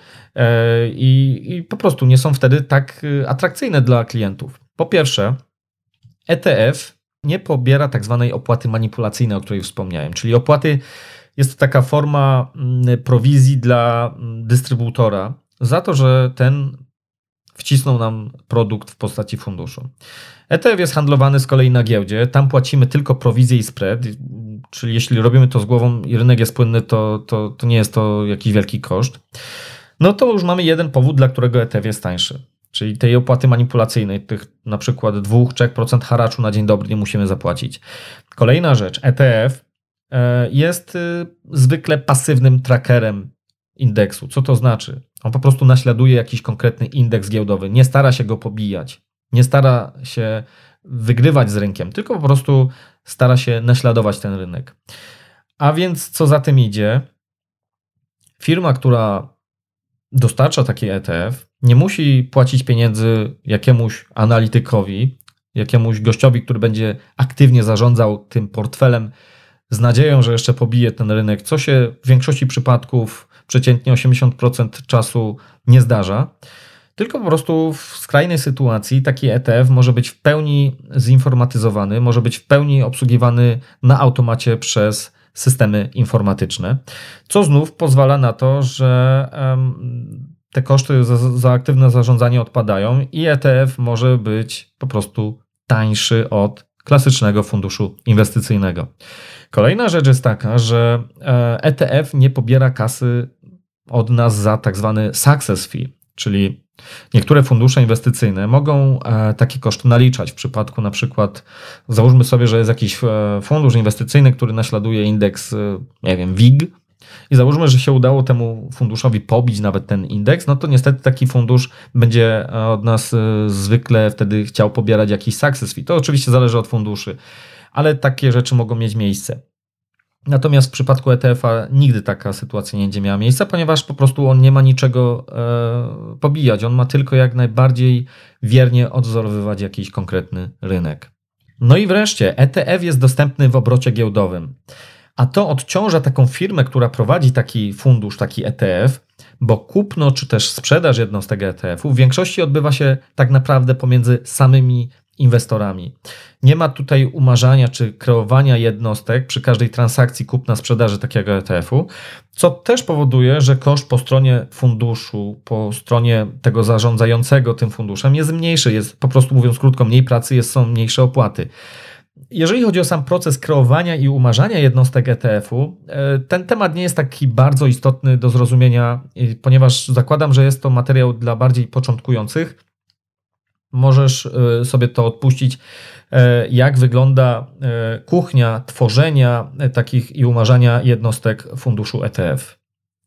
i, i po prostu nie są wtedy tak atrakcyjne dla klientów. Po pierwsze, E T F nie pobiera tak zwanej opłaty manipulacyjnej, o której wspomniałem, czyli opłaty jest to taka forma prowizji dla dystrybutora za to, że ten wcisnął nam produkt w postaci funduszu. E T F jest handlowany z kolei na giełdzie, tam płacimy tylko prowizję i spread, czyli jeśli robimy to z głową i rynek jest płynny, to, to, to nie jest to jakiś wielki koszt. No to już mamy jeden powód, dla którego E T F jest tańszy. Czyli tej opłaty manipulacyjnej, tych na przykład dwa do trzech procent haraczu na dzień dobry nie musimy zapłacić. Kolejna rzecz, E T F jest zwykle pasywnym trackerem indeksu. Co to znaczy? On po prostu naśladuje jakiś konkretny indeks giełdowy, nie stara się go pobijać, nie stara się wygrywać z rynkiem, tylko po prostu stara się naśladować ten rynek. A więc co za tym idzie? Firma, która dostarcza taki E T F, nie musi płacić pieniędzy jakiemuś analitykowi, jakiemuś gościowi, który będzie aktywnie zarządzał tym portfelem z nadzieją, że jeszcze pobije ten rynek, co się w większości przypadków, przeciętnie osiemdziesiąt procent czasu nie zdarza, tylko po prostu w skrajnej sytuacji taki E T F może być w pełni zinformatyzowany, może być w pełni obsługiwany na automacie przez systemy informatyczne, co znów pozwala na to, że um, te koszty za, za aktywne zarządzanie odpadają i E T F może być po prostu tańszy od klasycznego funduszu inwestycyjnego. Kolejna rzecz jest taka, że E T F nie pobiera kasy od nas za tak zwany success fee, czyli niektóre fundusze inwestycyjne mogą takie koszty naliczać. W przypadku na przykład, załóżmy sobie, że jest jakiś fundusz inwestycyjny, który naśladuje indeks, nie wiem, W I G i załóżmy, że się udało temu funduszowi pobić nawet ten indeks, no to niestety taki fundusz będzie od nas zwykle wtedy chciał pobierać jakiś success fee. To oczywiście zależy od funduszy, ale takie rzeczy mogą mieć miejsce. Natomiast w przypadku E T F-a nigdy taka sytuacja nie będzie miała miejsca, ponieważ po prostu on nie ma niczego e, pobijać. On ma tylko jak najbardziej wiernie odzorowywać jakiś konkretny rynek. No i wreszcie E T F jest dostępny w obrocie giełdowym. A to odciąża taką firmę, która prowadzi taki fundusz, taki E T F, bo kupno czy też sprzedaż jednostek E T F-u w większości odbywa się tak naprawdę pomiędzy samymi inwestorami. Nie ma tutaj umarzania czy kreowania jednostek przy każdej transakcji kupna sprzedaży takiego E T F-u, co też powoduje, że koszt po stronie funduszu, po stronie tego zarządzającego tym funduszem jest mniejszy, jest po prostu mówiąc krótko, mniej pracy, jest, są mniejsze opłaty. Jeżeli chodzi o sam proces kreowania i umarzania jednostek E T F-u, ten temat nie jest taki bardzo istotny do zrozumienia, ponieważ zakładam, że jest to materiał dla bardziej początkujących. Możesz sobie to odpuścić, jak wygląda kuchnia tworzenia takich i umarzania jednostek funduszu E T F.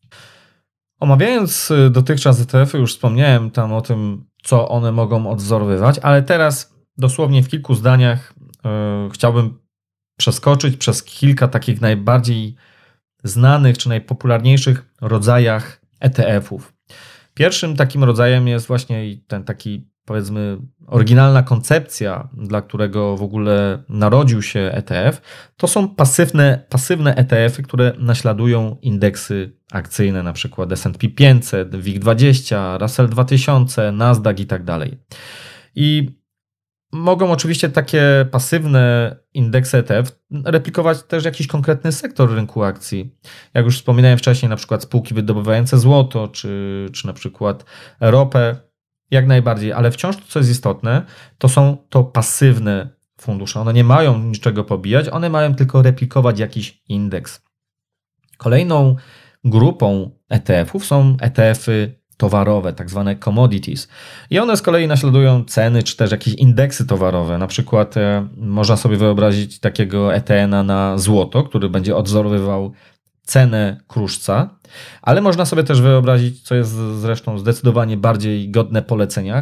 Omawiając dotychczas E T F-y już wspomniałem tam o tym, co one mogą odwzorowywać, ale teraz dosłownie w kilku zdaniach chciałbym przeskoczyć przez kilka takich najbardziej znanych czy najpopularniejszych rodzajach E T F-ów. Pierwszym takim rodzajem jest właśnie ten taki, powiedzmy, oryginalna koncepcja, dla którego w ogóle narodził się E T F, to są pasywne, pasywne E T F-y, które naśladują indeksy akcyjne, na przykład S and P pięćset, W I G dwadzieścia, Russell dwa tysiące, Nasdaq i tak dalej. I mogą oczywiście takie pasywne indeksy E T F replikować też jakiś konkretny sektor rynku akcji. Jak już wspominałem wcześniej, na przykład spółki wydobywające złoto, czy, czy na przykład ropę, jak najbardziej, ale wciąż to, co jest istotne, to są to pasywne fundusze. One nie mają niczego pobijać, one mają tylko replikować jakiś indeks. Kolejną grupą E T F-ów są E T F-y towarowe, tak zwane commodities. I one z kolei naśladują ceny, czy też jakieś indeksy towarowe. Na przykład e, można sobie wyobrazić takiego E T N-a na złoto, który będzie odzorowywał cenę kruszca, ale można sobie też wyobrazić, co jest zresztą zdecydowanie bardziej godne polecenia,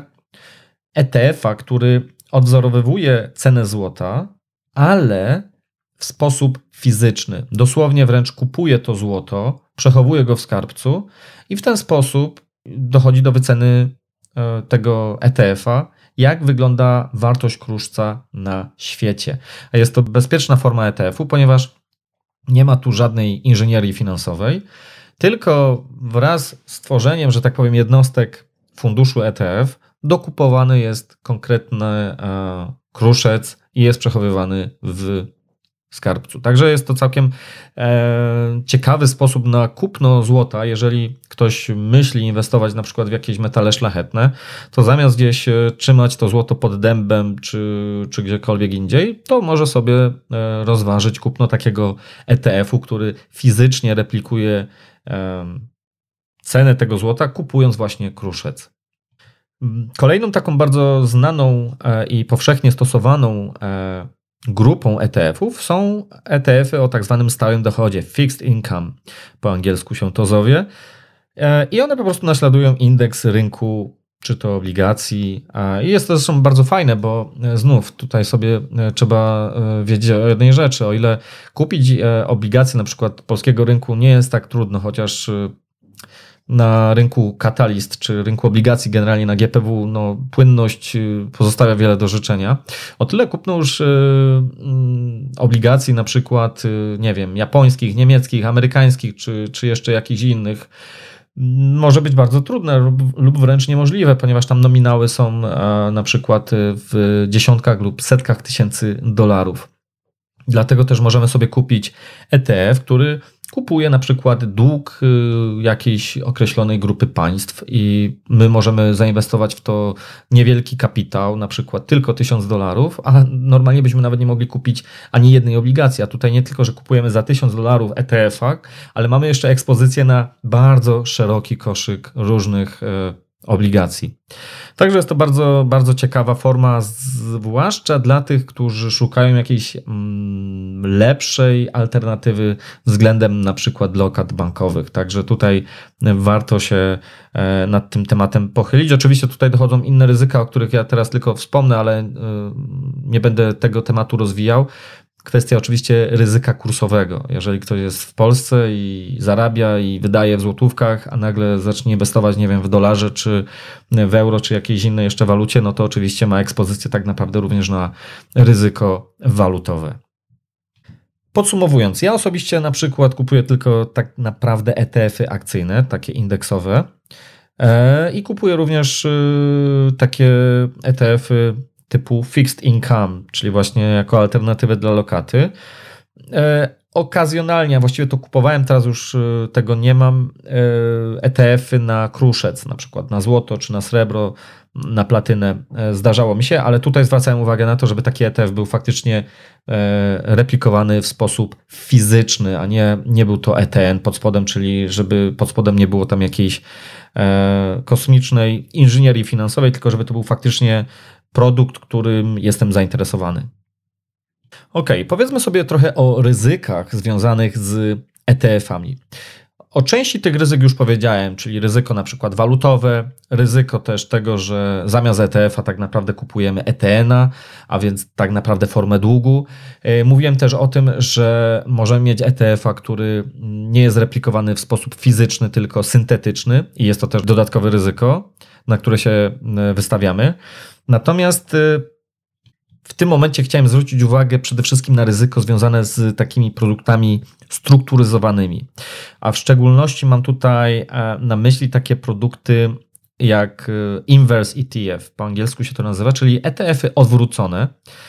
E T F-a, który odzorowywuje cenę złota, ale w sposób fizyczny. Dosłownie wręcz kupuje to złoto, przechowuje go w skarbcu i w ten sposób dochodzi do wyceny tego E T F-a, jak wygląda wartość kruszca na świecie. A jest to bezpieczna forma E T F-u, ponieważ nie ma tu żadnej inżynierii finansowej, tylko wraz z tworzeniem, że tak powiem, jednostek funduszu E T F dokupowany jest konkretny e, kruszec i jest przechowywany w skarbcu. Także jest to całkiem e, ciekawy sposób na kupno złota. Jeżeli ktoś myśli inwestować na przykład w jakieś metale szlachetne, to zamiast gdzieś trzymać to złoto pod dębem czy, czy gdziekolwiek indziej, to może sobie e, rozważyć kupno takiego E T F-u, który fizycznie replikuje e, cenę tego złota, kupując właśnie kruszec. Kolejną taką bardzo znaną e, i powszechnie stosowaną e, grupą E T F-ów są E T F-y o tak zwanym stałym dochodzie, fixed income, po angielsku się to zowie. I one po prostu naśladują indeks rynku, czy to obligacji. I jest to zresztą bardzo fajne, bo znów tutaj sobie trzeba wiedzieć o jednej rzeczy. O ile kupić obligacje na przykład polskiego rynku nie jest tak trudno, chociaż na rynku katalist, czy rynku obligacji generalnie na G P W, no, płynność pozostawia wiele do życzenia. O tyle kupno już y, y, obligacji na przykład, y, nie wiem, japońskich, niemieckich, amerykańskich, czy, czy jeszcze jakichś innych, może być bardzo trudne lub, lub wręcz niemożliwe, ponieważ tam nominały są a, na przykład w dziesiątkach lub setkach tysięcy dolarów. Dlatego też możemy sobie kupić E T F, który kupuje na przykład dług jakiejś określonej grupy państw i my możemy zainwestować w to niewielki kapitał, na przykład tylko tysiąc dolarów, a normalnie byśmy nawet nie mogli kupić ani jednej obligacji, a tutaj nie tylko, że kupujemy za tysiąc dolarów E T F-a, ale mamy jeszcze ekspozycję na bardzo szeroki koszyk różnych obligacji. Także jest to bardzo, bardzo ciekawa forma, zwłaszcza dla tych, którzy szukają jakiejś mm, lepszej alternatywy względem na przykład lokat bankowych. Także tutaj warto się e, nad tym tematem pochylić. Oczywiście tutaj dochodzą inne ryzyka, o których ja teraz tylko wspomnę, ale e, nie będę tego tematu rozwijał. Kwestia oczywiście ryzyka kursowego. Jeżeli ktoś jest w Polsce i zarabia i wydaje w złotówkach, a nagle zacznie inwestować, nie wiem, w dolarze, czy w euro, czy jakiejś innej jeszcze walucie, no to oczywiście ma ekspozycję tak naprawdę również na ryzyko walutowe. Podsumowując, ja osobiście na przykład kupuję tylko tak naprawdę E T F-y akcyjne, takie indeksowe i kupuję również takie E T F-y typu fixed income, czyli właśnie jako alternatywę dla lokaty. E, okazjonalnie, a właściwie to kupowałem, teraz już tego nie mam, E T F-y na kruszec, na przykład na złoto czy na srebro, na platynę zdarzało mi się, ale tutaj zwracałem uwagę na to, żeby taki E T F był faktycznie replikowany w sposób fizyczny, a nie, nie był to E T N pod spodem, czyli żeby pod spodem nie było tam jakiejś kosmicznej inżynierii finansowej, tylko żeby to był faktycznie produkt, którym jestem zainteresowany. Ok, powiedzmy sobie trochę o ryzykach związanych z E T F-ami. O części tych ryzyk już powiedziałem, czyli ryzyko na przykład walutowe, ryzyko też tego, że zamiast E T F-a tak naprawdę kupujemy E T N-a, a więc tak naprawdę formę długu. Mówiłem też o tym, że możemy mieć E T F-a, który nie jest replikowany w sposób fizyczny, tylko syntetyczny i jest to też dodatkowe ryzyko, na które się wystawiamy. Natomiast w tym momencie chciałem zwrócić uwagę przede wszystkim na ryzyko związane z takimi produktami strukturyzowanymi. A w szczególności mam tutaj na myśli takie produkty jak Inverse E T F, po angielsku się to nazywa, czyli E T F-y odwrócone,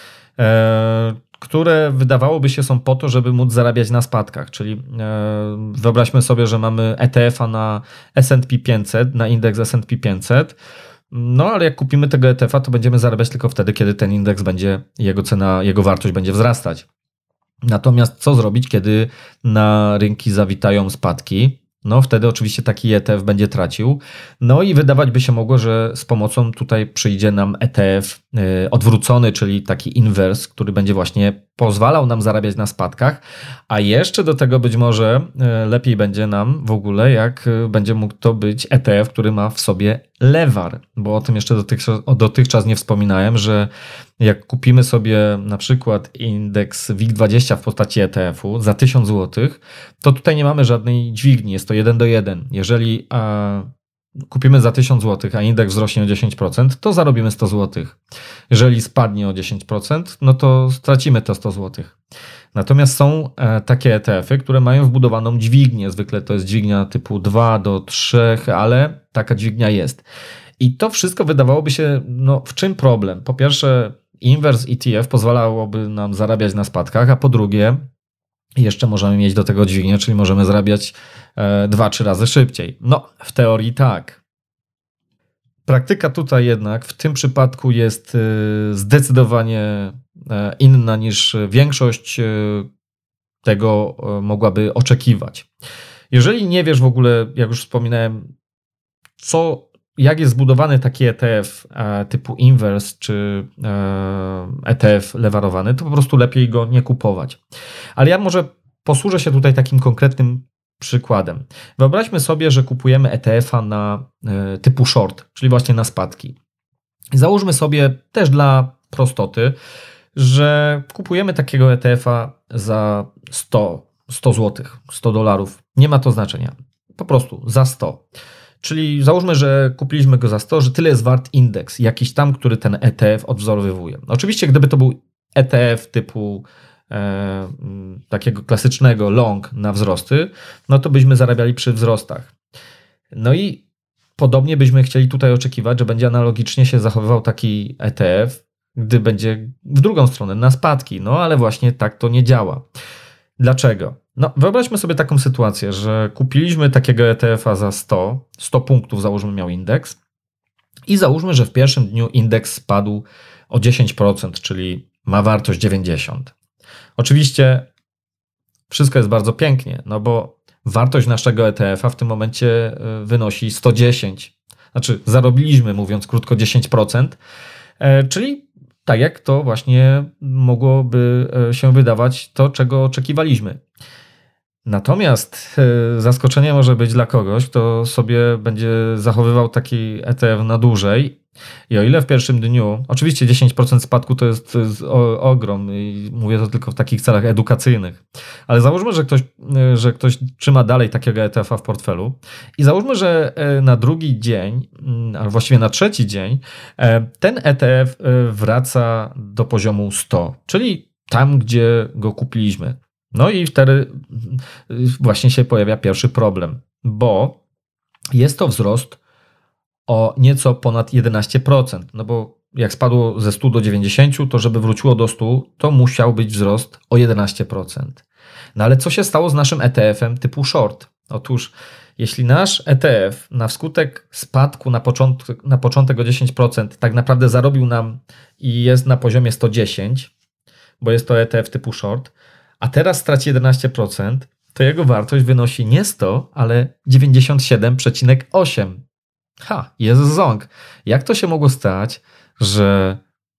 które wydawałoby się są po to, żeby móc zarabiać na spadkach. Czyli wyobraźmy sobie, że mamy E T F-a na S and P pięćset, na indeks S and P pięćset, no ale jak kupimy tego E T F-a, to będziemy zarabiać tylko wtedy, kiedy ten indeks będzie, jego cena, jego wartość będzie wzrastać. Natomiast co zrobić, kiedy na rynki zawitają spadki? No wtedy oczywiście taki E T F będzie tracił. No i wydawać by się mogło, że z pomocą tutaj przyjdzie nam E T F odwrócony, czyli taki inwers, który będzie właśnie pozwalał nam zarabiać na spadkach, a jeszcze do tego być może lepiej będzie nam w ogóle, jak będzie mógł to być E T F, który ma w sobie lewar, bo o tym jeszcze dotychczas, dotychczas nie wspominałem, że jak kupimy sobie na przykład indeks W I G dwadzieścia w postaci E T F-u za tysiąc złotych, to tutaj nie mamy żadnej dźwigni, jest to jeden do jeden. Jeżeli a, kupimy za tysiąc złotych, a indeks wzrośnie o dziesięć procent, to zarobimy sto złotych. Jeżeli spadnie o dziesięć procent, no to stracimy te sto złotych. Natomiast są e, takie E T F-y, które mają wbudowaną dźwignię. Zwykle to jest dźwignia typu dwa do trzech, ale taka dźwignia jest. I to wszystko wydawałoby się, no w czym problem? Po pierwsze, Inverse E T F pozwalałoby nam zarabiać na spadkach, a po drugie, jeszcze możemy mieć do tego dźwignię, czyli możemy zarabiać dwa, trzy razy szybciej. No, w teorii tak. Praktyka tutaj jednak w tym przypadku jest zdecydowanie inna niż większość tego mogłaby oczekiwać. Jeżeli nie wiesz w ogóle, jak już wspominałem, co, jak jest zbudowany taki E T F typu inverse czy E T F lewarowany, to po prostu lepiej go nie kupować. Ale ja może posłużę się tutaj takim konkretnym przykładem. Wyobraźmy sobie, że kupujemy E T F-a na typu short, czyli właśnie na spadki. Załóżmy sobie też dla prostoty, że kupujemy takiego E T F-a za sto, sto złotych, sto dolarów. Nie ma to znaczenia. Po prostu za sto. Czyli załóżmy, że kupiliśmy go za sto, że tyle jest wart indeks, jakiś tam, który ten E T F odwzorowywuje. Oczywiście, gdyby to był E T F typu e, takiego klasycznego long na wzrosty, no to byśmy zarabiali przy wzrostach. No i podobnie byśmy chcieli tutaj oczekiwać, że będzie analogicznie się zachowywał taki E T F, gdy będzie w drugą stronę, na spadki. No ale właśnie tak to nie działa. Dlaczego? No, wyobraźmy sobie taką sytuację, że kupiliśmy takiego E T F-a za sto, sto punktów załóżmy miał indeks i załóżmy, że w pierwszym dniu indeks spadł o dziesięć procent, czyli ma wartość dziewięćdziesiąt. Oczywiście wszystko jest bardzo pięknie, no bo wartość naszego E T F-a w tym momencie wynosi sto dziesięć. Znaczy zarobiliśmy, mówiąc krótko, dziesięć procent, czyli tak jak to właśnie mogłoby się wydawać to, czego oczekiwaliśmy. Natomiast zaskoczenie może być dla kogoś, kto sobie będzie zachowywał taki E T F na dłużej i o ile w pierwszym dniu, oczywiście dziesięć procent spadku to jest, to jest ogrom i mówię to tylko w takich celach edukacyjnych, ale załóżmy, że ktoś, że ktoś trzyma dalej takiego E T F-a w portfelu i załóżmy, że na drugi dzień, a właściwie na trzeci dzień, ten E T F wraca do poziomu sto, czyli tam, gdzie go kupiliśmy. No i wtedy właśnie się pojawia pierwszy problem, bo jest to wzrost o nieco ponad jedenaście procent, no bo jak spadło ze stu do dziewięćdziesięciu, to żeby wróciło do stu, to musiał być wzrost o jedenaście procent. No ale co się stało z naszym E T F-em typu short? Otóż jeśli nasz E T F na wskutek spadku na początek, na początek o dziesięć procent tak naprawdę zarobił nam i jest na poziomie sto dziesięć, bo jest to E T F typu short, a teraz straci jedenaście procent, to jego wartość wynosi nie sto, ale dziewięćdziesiąt siedem przecinek osiem. Ha, jest ząg. Jak to się mogło stać, że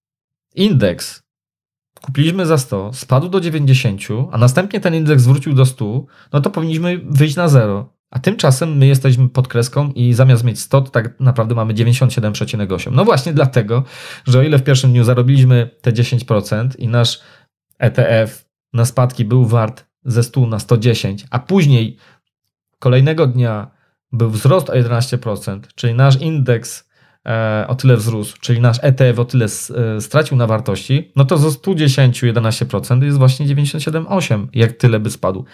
indeks kupiliśmy za sto, spadł do dziewięćdziesięciu, a następnie ten indeks wrócił do stu, no to powinniśmy wyjść na zero. A tymczasem my jesteśmy pod kreską i zamiast mieć sto, to tak naprawdę mamy dziewięćdziesiąt siedem przecinek osiem. No właśnie dlatego, że o ile w pierwszym dniu zarobiliśmy te dziesięć procent i nasz E T F na spadki był wart ze stu na sto dziesięć, a później kolejnego dnia był wzrost o jedenaście procent, czyli nasz indeks e, o tyle wzrósł, czyli nasz E T F o tyle s, e, stracił na wartości, no to ze stu dziesięciu jedenaście procent jest właśnie dziewięćdziesiąt siedem przecinek osiem, jak tyle by spadł.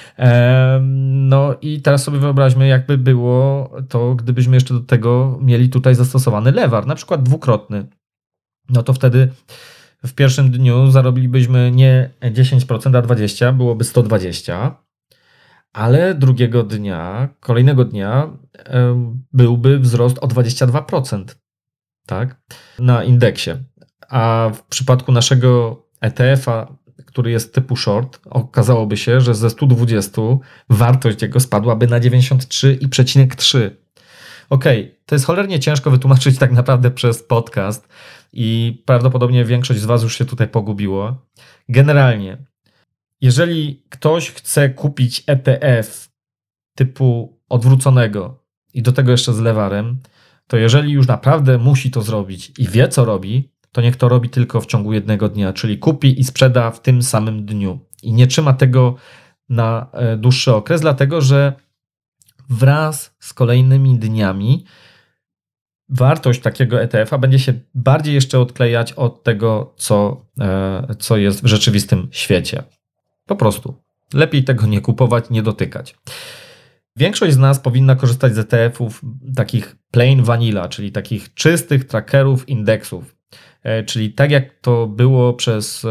E, no i teraz sobie wyobraźmy, jakby było to, gdybyśmy jeszcze do tego mieli tutaj zastosowany lewar, na przykład dwukrotny. No to wtedy w pierwszym dniu zarobilibyśmy nie dziesięć procent, a dwadzieścia procent, byłoby sto dwadzieścia, ale drugiego dnia, kolejnego dnia byłby wzrost o dwadzieścia dwa procent, tak, na indeksie. A w przypadku naszego E T F-a, który jest typu short, okazałoby się, że ze stu dwudziestu wartość jego spadłaby na dziewięćdziesiąt trzy przecinek trzy. Okej, okay, to jest cholernie ciężko wytłumaczyć tak naprawdę przez podcast i prawdopodobnie większość z Was już się tutaj pogubiło. Generalnie, jeżeli ktoś chce kupić E T F typu odwróconego i do tego jeszcze z lewarem, to jeżeli już naprawdę musi to zrobić i wie, co robi, to niech to robi tylko w ciągu jednego dnia, czyli kupi i sprzeda w tym samym dniu. I nie trzyma tego na dłuższy okres, dlatego że wraz z kolejnymi dniami wartość takiego E T F-a będzie się bardziej jeszcze odklejać od tego, co, co jest w rzeczywistym świecie. Po prostu. Lepiej tego nie kupować, nie dotykać. Większość z nas powinna korzystać z E T F-ów takich plain vanilla, czyli takich czystych trackerów indeksów. Czyli tak jak to było przez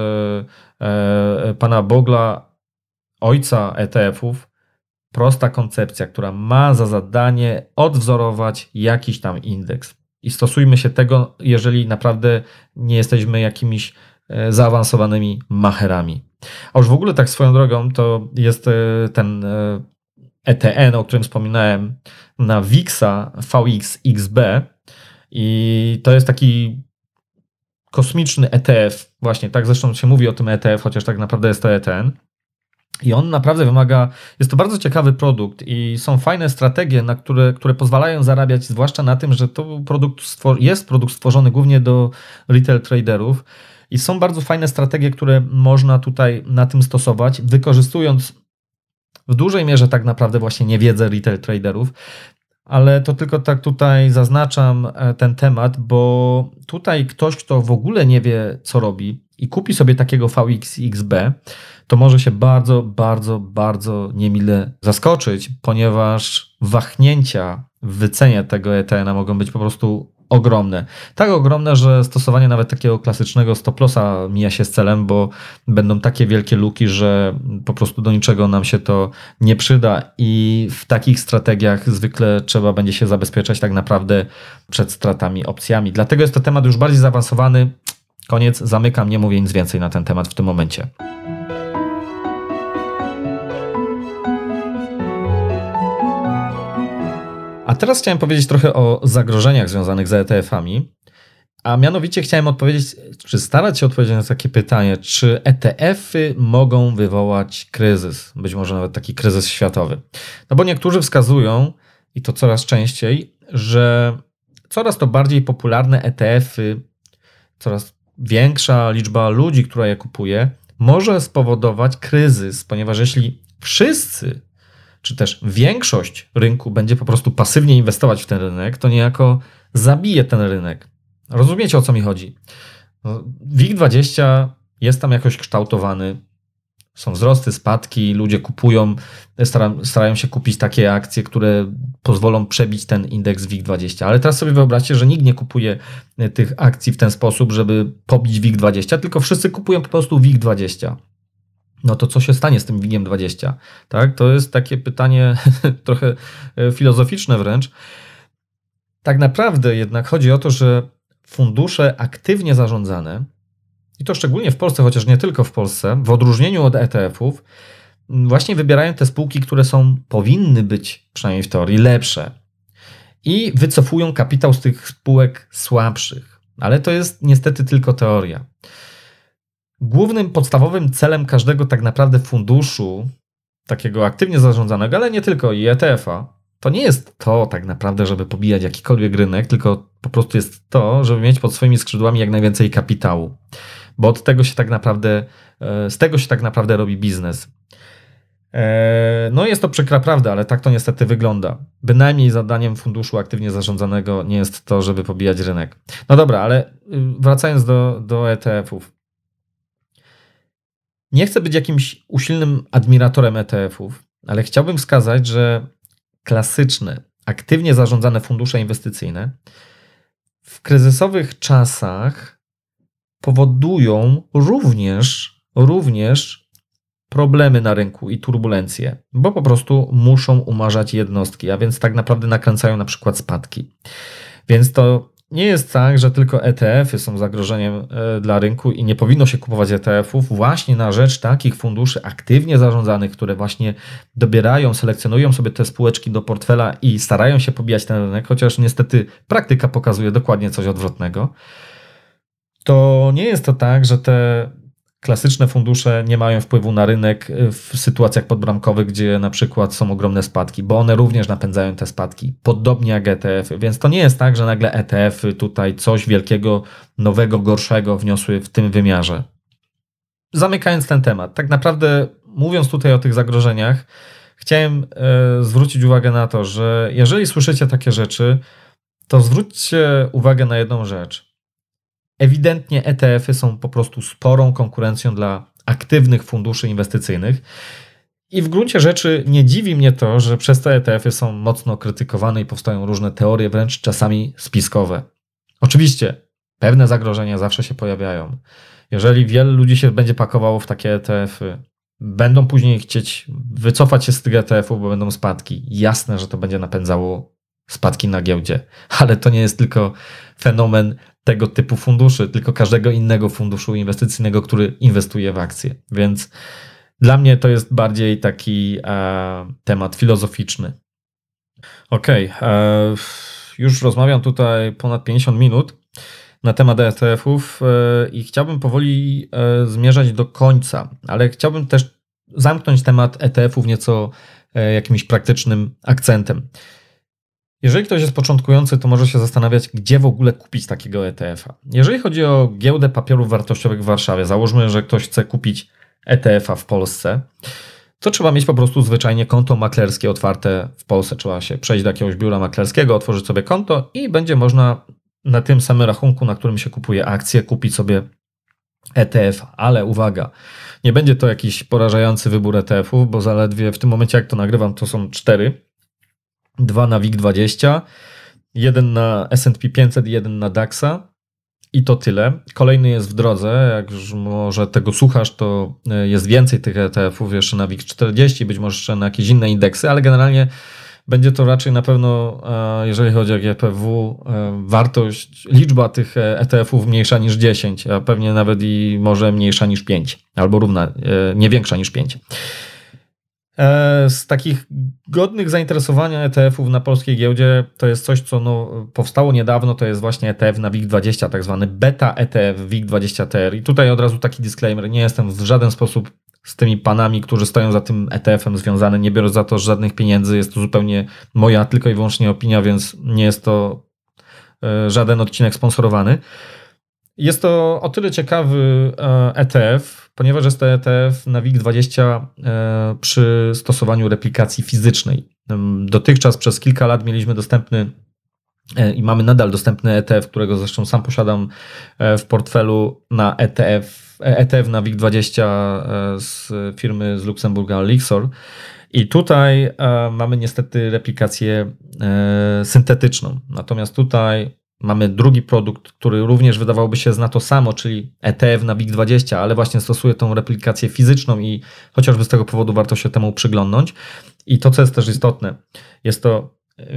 pana Bogla, ojca E T F-ów, prosta koncepcja, która ma za zadanie odwzorować jakiś tam indeks. I stosujmy się tego, jeżeli naprawdę nie jesteśmy jakimiś zaawansowanymi macherami. A już w ogóle tak swoją drogą to jest ten E T N, o którym wspominałem, na wiksa V X X B i to jest taki kosmiczny E T F, właśnie tak zresztą się mówi o tym E T F, chociaż tak naprawdę jest to E T N. I on naprawdę wymaga, jest to bardzo ciekawy produkt i są fajne strategie, na które, które pozwalają zarabiać, zwłaszcza na tym, że to produkt jest produkt stworzony głównie do retail traderów i są bardzo fajne strategie, które można tutaj na tym stosować, wykorzystując w dużej mierze tak naprawdę właśnie niewiedzę retail traderów, ale to tylko tak tutaj zaznaczam ten temat, bo tutaj ktoś, kto w ogóle nie wie, co robi i kupi sobie takiego V X X B, to może się bardzo, bardzo, bardzo niemile zaskoczyć, ponieważ wahnięcia w wycenie tego E T N-a mogą być po prostu ogromne. Tak ogromne, że stosowanie nawet takiego klasycznego stop lossa mija się z celem, bo będą takie wielkie luki, że po prostu do niczego nam się to nie przyda i w takich strategiach zwykle trzeba będzie się zabezpieczać tak naprawdę przed stratami opcjami. Dlatego jest to temat już bardziej zaawansowany. Koniec, zamykam, nie mówię nic więcej na ten temat w tym momencie. A teraz chciałem powiedzieć trochę o zagrożeniach związanych z E T F-ami, a mianowicie chciałem odpowiedzieć, czy starać się odpowiedzieć na takie pytanie, czy E T F-y mogą wywołać kryzys, być może nawet taki kryzys światowy. No bo niektórzy wskazują, i to coraz częściej, że coraz to bardziej popularne E T F-y, coraz większa liczba ludzi, która je kupuje, może spowodować kryzys, ponieważ jeśli wszyscy czy też większość rynku będzie po prostu pasywnie inwestować w ten rynek, to niejako zabije ten rynek. Rozumiecie, o co mi chodzi? W I G dwadzieścia jest tam jakoś kształtowany, są wzrosty, spadki, ludzie kupują, starają się kupić takie akcje, które pozwolą przebić ten indeks W I G dwadzieścia. Ale teraz sobie wyobraźcie, że nikt nie kupuje tych akcji w ten sposób, żeby pobić W I G dwadzieścia, tylko wszyscy kupują po prostu W I G dwadzieścia. No to co się stanie z tym W I G-iem dwadzieścia? Tak? To jest takie pytanie trochę filozoficzne wręcz. Tak naprawdę jednak chodzi o to, że fundusze aktywnie zarządzane, i to szczególnie w Polsce, chociaż nie tylko w Polsce, w odróżnieniu od E T F-ów, właśnie wybierają te spółki, które są, powinny być, przynajmniej w teorii, lepsze. I wycofują kapitał z tych spółek słabszych. Ale to jest niestety tylko teoria. Głównym, podstawowym celem każdego tak naprawdę funduszu, takiego aktywnie zarządzanego, ale nie tylko, i E T F-a, to nie jest to tak naprawdę, żeby pobijać jakikolwiek rynek, tylko po prostu jest to, żeby mieć pod swoimi skrzydłami jak najwięcej kapitału. Bo od tego się tak naprawdę, z tego się tak naprawdę robi biznes. No jest to przykra prawda, ale tak to niestety wygląda. Bynajmniej zadaniem funduszu aktywnie zarządzanego nie jest to, żeby pobijać rynek. No dobra, ale wracając do, do E T F-ów. Nie chcę być jakimś usilnym admiratorem E T F-ów, ale chciałbym wskazać, że klasyczne, aktywnie zarządzane fundusze inwestycyjne w kryzysowych czasach powodują również, również problemy na rynku i turbulencje, bo po prostu muszą umarzać jednostki, a więc tak naprawdę nakręcają na przykład spadki. Więc to nie jest tak, że tylko E T F-y są zagrożeniem dla rynku i nie powinno się kupować E T F-ów właśnie na rzecz takich funduszy aktywnie zarządzanych, które właśnie dobierają, selekcjonują sobie te spółeczki do portfela i starają się pobijać ten rynek, chociaż niestety praktyka pokazuje dokładnie coś odwrotnego. To nie jest to tak, że te klasyczne fundusze nie mają wpływu na rynek w sytuacjach podbramkowych, gdzie na przykład są ogromne spadki, bo one również napędzają te spadki, podobnie jak E T F-y. Więc to nie jest tak, że nagle E T F-y tutaj coś wielkiego, nowego, gorszego wniosły w tym wymiarze. Zamykając ten temat, tak naprawdę mówiąc tutaj o tych zagrożeniach, chciałem e, zwrócić uwagę na to, że jeżeli słyszycie takie rzeczy, to zwróćcie uwagę na jedną rzecz. Ewidentnie E T F-y są po prostu sporą konkurencją dla aktywnych funduszy inwestycyjnych i w gruncie rzeczy nie dziwi mnie to, że przez te E T F-y są mocno krytykowane i powstają różne teorie, wręcz czasami spiskowe. Oczywiście pewne zagrożenia zawsze się pojawiają. Jeżeli wiele ludzi się będzie pakowało w takie E T F-y, będą później chcieć wycofać się z tych E T F-ów, bo będą spadki. Jasne, że to będzie napędzało spadki na giełdzie, ale to nie jest tylko fenomen tego typu funduszy, tylko każdego innego funduszu inwestycyjnego, który inwestuje w akcje. Więc dla mnie to jest bardziej taki e, temat filozoficzny. Okej, okay, e, już rozmawiam tutaj ponad pięćdziesiąt minut na temat E T F-ów e, i chciałbym powoli e, zmierzać do końca, ale chciałbym też zamknąć temat E T F-ów nieco e, jakimś praktycznym akcentem. Jeżeli ktoś jest początkujący, to może się zastanawiać, gdzie w ogóle kupić takiego E T F-a. Jeżeli chodzi o giełdę papierów wartościowych w Warszawie, załóżmy, że ktoś chce kupić E T F-a w Polsce, to trzeba mieć po prostu zwyczajnie konto maklerskie otwarte w Polsce. Trzeba się przejść do jakiegoś biura maklerskiego, otworzyć sobie konto i będzie można na tym samym rachunku, na którym się kupuje akcje, kupić sobie E T F. Ale uwaga, nie będzie to jakiś porażający wybór E T F-ów, bo zaledwie w tym momencie, jak to nagrywam, to są cztery. Dwa na W I G dwadzieścia, jeden na S and P pięćset i jeden na daksa. I to tyle. Kolejny jest w drodze. Jak już może tego słuchasz, to jest więcej tych E T F-ów jeszcze na W I G czterdzieści, być może jeszcze na jakieś inne indeksy, ale generalnie będzie to raczej na pewno, jeżeli chodzi o G P W, wartość, liczba tych E T F-ów mniejsza niż dziesięć, a pewnie nawet i może mniejsza niż pięć, albo równa, nie większa niż pięć. Z takich godnych zainteresowania E T F-ów na polskiej giełdzie to jest coś, co no, powstało niedawno, to jest właśnie E T F na W I G dwadzieścia, tak zwany beta E T F W I G dwadzieścia T R. I tutaj od razu taki disclaimer, nie jestem w żaden sposób z tymi panami, którzy stoją za tym E T F-em związany, nie biorę za to żadnych pieniędzy, jest to zupełnie moja tylko i wyłącznie opinia, więc nie jest to żaden odcinek sponsorowany. Jest to o tyle ciekawy E T F, ponieważ jest to E T F na W I G dwadzieścia przy stosowaniu replikacji fizycznej. Dotychczas przez kilka lat mieliśmy dostępny i mamy nadal dostępny E T F, którego zresztą sam posiadam w portfelu na E T F, E T F na W I G dwadzieścia z firmy z Luksemburga Lixor. I tutaj mamy niestety replikację syntetyczną. Natomiast tutaj mamy drugi produkt, który również wydawałoby się zna to samo, czyli E T F na W I G dwadzieścia, ale właśnie stosuje tą replikację fizyczną i chociażby z tego powodu warto się temu przyglądnąć. I to, co jest też istotne, jest to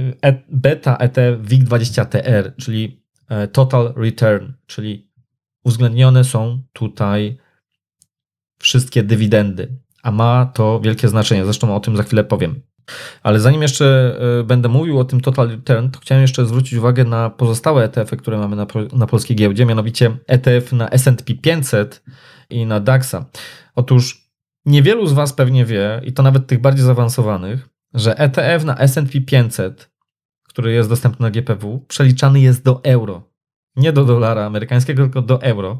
beta E T F W I G dwadzieścia T R, czyli Total Return, czyli uwzględnione są tutaj wszystkie dywidendy, a ma to wielkie znaczenie. Zresztą o tym za chwilę powiem. Ale zanim jeszcze będę mówił o tym Total Return, to chciałem jeszcze zwrócić uwagę na pozostałe E T F-y, które mamy na, na polskiej giełdzie, mianowicie E T F na S and P pięćset i na daksa. Otóż niewielu z Was pewnie wie, i to nawet tych bardziej zaawansowanych, że E T F na S and P pięćset, który jest dostępny na G P W, przeliczany jest do euro. Nie do dolara amerykańskiego, tylko do euro.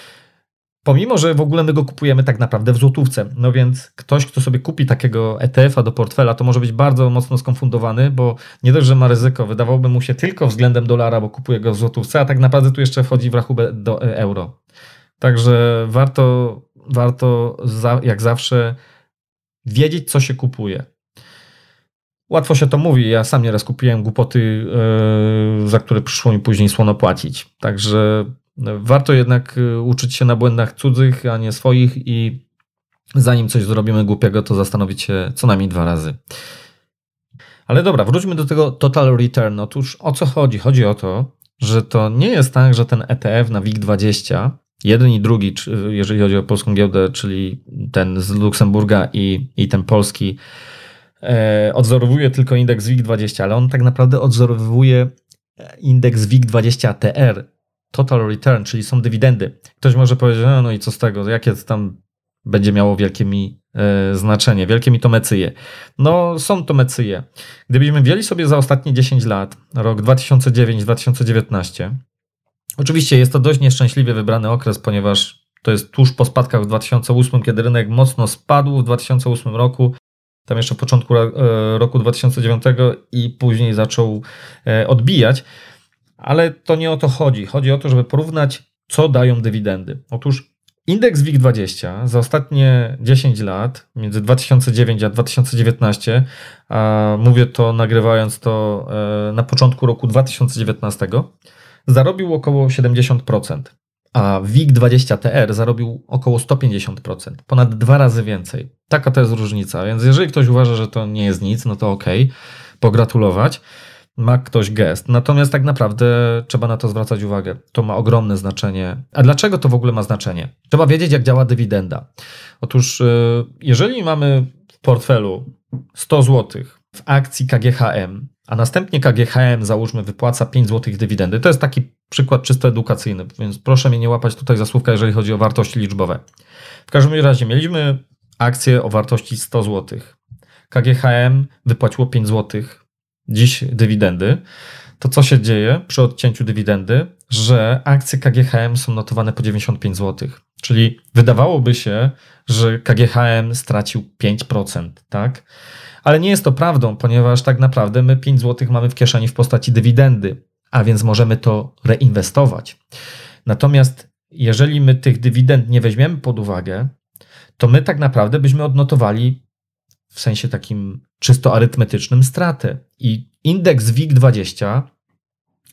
Pomimo, że w ogóle my go kupujemy tak naprawdę w złotówce. No więc ktoś, kto sobie kupi takiego E T F-a do portfela, to może być bardzo mocno skonfundowany, bo nie dość, że ma ryzyko, wydawałoby mu się tylko względem dolara, bo kupuje go w złotówce, a tak naprawdę tu jeszcze wchodzi w rachubę do euro. Także warto, warto za, jak zawsze wiedzieć, co się kupuje. Łatwo się to mówi, ja sam nieraz kupiłem głupoty, yy, za które przyszło mi później słono płacić. Także warto jednak uczyć się na błędach cudzych, a nie swoich i zanim coś zrobimy głupiego, to zastanowić się co najmniej dwa razy. Ale dobra, wróćmy do tego Total Return. Otóż o co chodzi? Chodzi o to, że to nie jest tak, że ten E T F na W I G dwadzieścia, jeden i drugi, jeżeli chodzi o polską giełdę, czyli ten z Luksemburga i, i ten polski, e, odzorowuje tylko indeks W I G dwadzieścia, ale on tak naprawdę odzorowuje indeks W I G dwadzieścia T R, Total Return, czyli są dywidendy. Ktoś może powiedzieć, no, no i co z tego, jakie to tam będzie miało wielkie mi e, znaczenie, wielkie mi to mecyje. No są to mecyje. Gdybyśmy wzięli sobie za ostatnie dziesięć lat, rok dwa tysiące dziewiąty do dwa tysiące dziewiętnastego, oczywiście jest to dość nieszczęśliwie wybrany okres, ponieważ to jest tuż po spadkach w dwa tysiące ósmym, kiedy rynek mocno spadł w dwa tysiące ósmym roku, tam jeszcze w początku roku dwa tysiące dziewiątego i później zaczął e, odbijać. Ale to nie o to chodzi. Chodzi o to, żeby porównać, co dają dywidendy. Otóż indeks W I G dwadzieścia za ostatnie dziesięć lat, między dwa tysiące dziewiąty a dwa tysiące dziewiętnasty, a mówię to nagrywając to na początku roku dwa tysiące dziewiętnastego, zarobił około siedemdziesiąt procent, a W I G dwadzieścia T R zarobił około sto pięćdziesiąt procent, ponad dwa razy więcej. Taka to jest różnica, więc jeżeli ktoś uważa, że to nie jest nic, no to okej, okay, pogratulować. Ma ktoś gest. Natomiast tak naprawdę trzeba na to zwracać uwagę. To ma ogromne znaczenie. A dlaczego to w ogóle ma znaczenie? Trzeba wiedzieć, jak działa dywidenda. Otóż jeżeli mamy w portfelu sto złotych w akcji K G H M, a następnie K G H M, załóżmy, wypłaca pięć złotych dywidendy, to jest taki przykład czysto edukacyjny, więc proszę mnie nie łapać tutaj za słówka, jeżeli chodzi o wartości liczbowe. W każdym razie mieliśmy akcję o wartości sto złotych. K G H M wypłaciło pięć złotych dziś dywidendy, to co się dzieje przy odcięciu dywidendy, że akcje K G H M są notowane po dziewięćdziesiąt pięć złotych, czyli wydawałoby się, że K G H M stracił pięć procent, tak? Ale nie jest to prawdą, ponieważ tak naprawdę my pięć złotych mamy w kieszeni w postaci dywidendy, a więc możemy to reinwestować. Natomiast jeżeli my tych dywidend nie weźmiemy pod uwagę, to my tak naprawdę byśmy odnotowali w sensie takim czysto arytmetycznym stratę. I indeks W I G dwadzieścia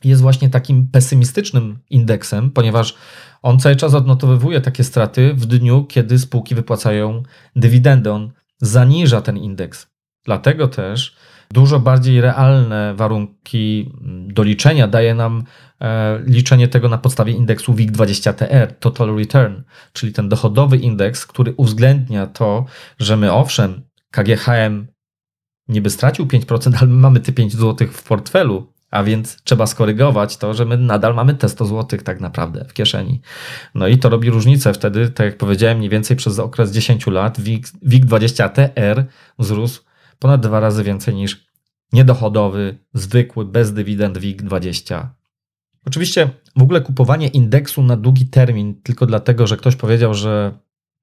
jest właśnie takim pesymistycznym indeksem, ponieważ on cały czas odnotowywuje takie straty w dniu, kiedy spółki wypłacają dywidendy. On zaniża ten indeks. Dlatego też dużo bardziej realne warunki do liczenia daje nam e, liczenie tego na podstawie indeksu W I G dwadzieścia T R, Total Return, czyli ten dochodowy indeks, który uwzględnia to, że my owszem, K G H M niby stracił pięć procent, ale my mamy te pięć złotych w portfelu, a więc trzeba skorygować to, że my nadal mamy te sto złotych tak naprawdę w kieszeni. No i to robi różnicę. Wtedy, tak jak powiedziałem, mniej więcej przez okres dziesięć lat W I G dwadzieścia T R wzrósł ponad dwa razy więcej niż niedochodowy, zwykły, bez dywidend W I G dwadzieścia. Oczywiście w ogóle kupowanie indeksu na długi termin tylko dlatego, że ktoś powiedział, że,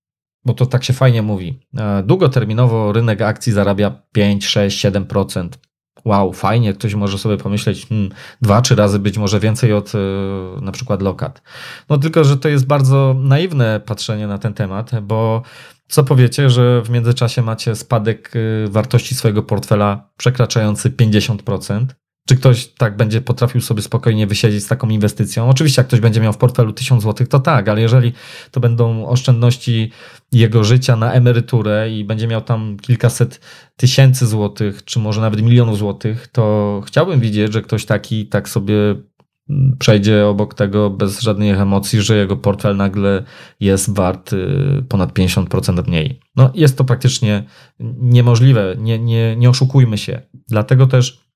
bo to tak się fajnie mówi, długoterminowo rynek akcji zarabia pięć, sześć, siedem procent. Wow, fajnie, ktoś może sobie pomyśleć, hmm, dwa, trzy razy być może więcej od yy, na przykład lokat. No tylko, że to jest bardzo naiwne patrzenie na ten temat, bo co powiecie, że w międzyczasie macie spadek yy, wartości swojego portfela przekraczający pięćdziesiąt procent? Czy ktoś tak będzie potrafił sobie spokojnie wysiedzieć z taką inwestycją? Oczywiście jak ktoś będzie miał w portfelu tysiąc złotych, to tak, ale jeżeli to będą oszczędności jego życia na emeryturę i będzie miał tam kilkaset tysięcy złotych, czy może nawet milionów złotych, to chciałbym widzieć, że ktoś taki tak sobie przejdzie obok tego bez żadnych emocji, że jego portfel nagle jest wart ponad pięćdziesiąt procent mniej. No jest to praktycznie niemożliwe, nie, nie, nie oszukujmy się. Dlatego też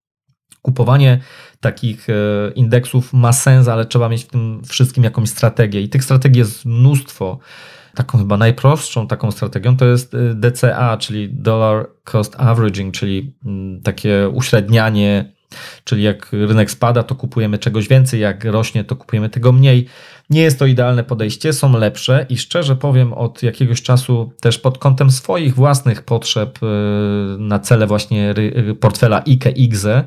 kupowanie takich indeksów ma sens, ale trzeba mieć w tym wszystkim jakąś strategię i tych strategii jest mnóstwo. Taką chyba najprostszą taką strategią to jest D C A, czyli Dollar Cost Averaging, czyli takie uśrednianie, czyli jak rynek spada, to kupujemy czegoś więcej, jak rośnie, to kupujemy tego mniej. Nie jest to idealne podejście, są lepsze i szczerze powiem, od jakiegoś czasu też pod kątem swoich własnych potrzeb na cele właśnie portfela I K E I X E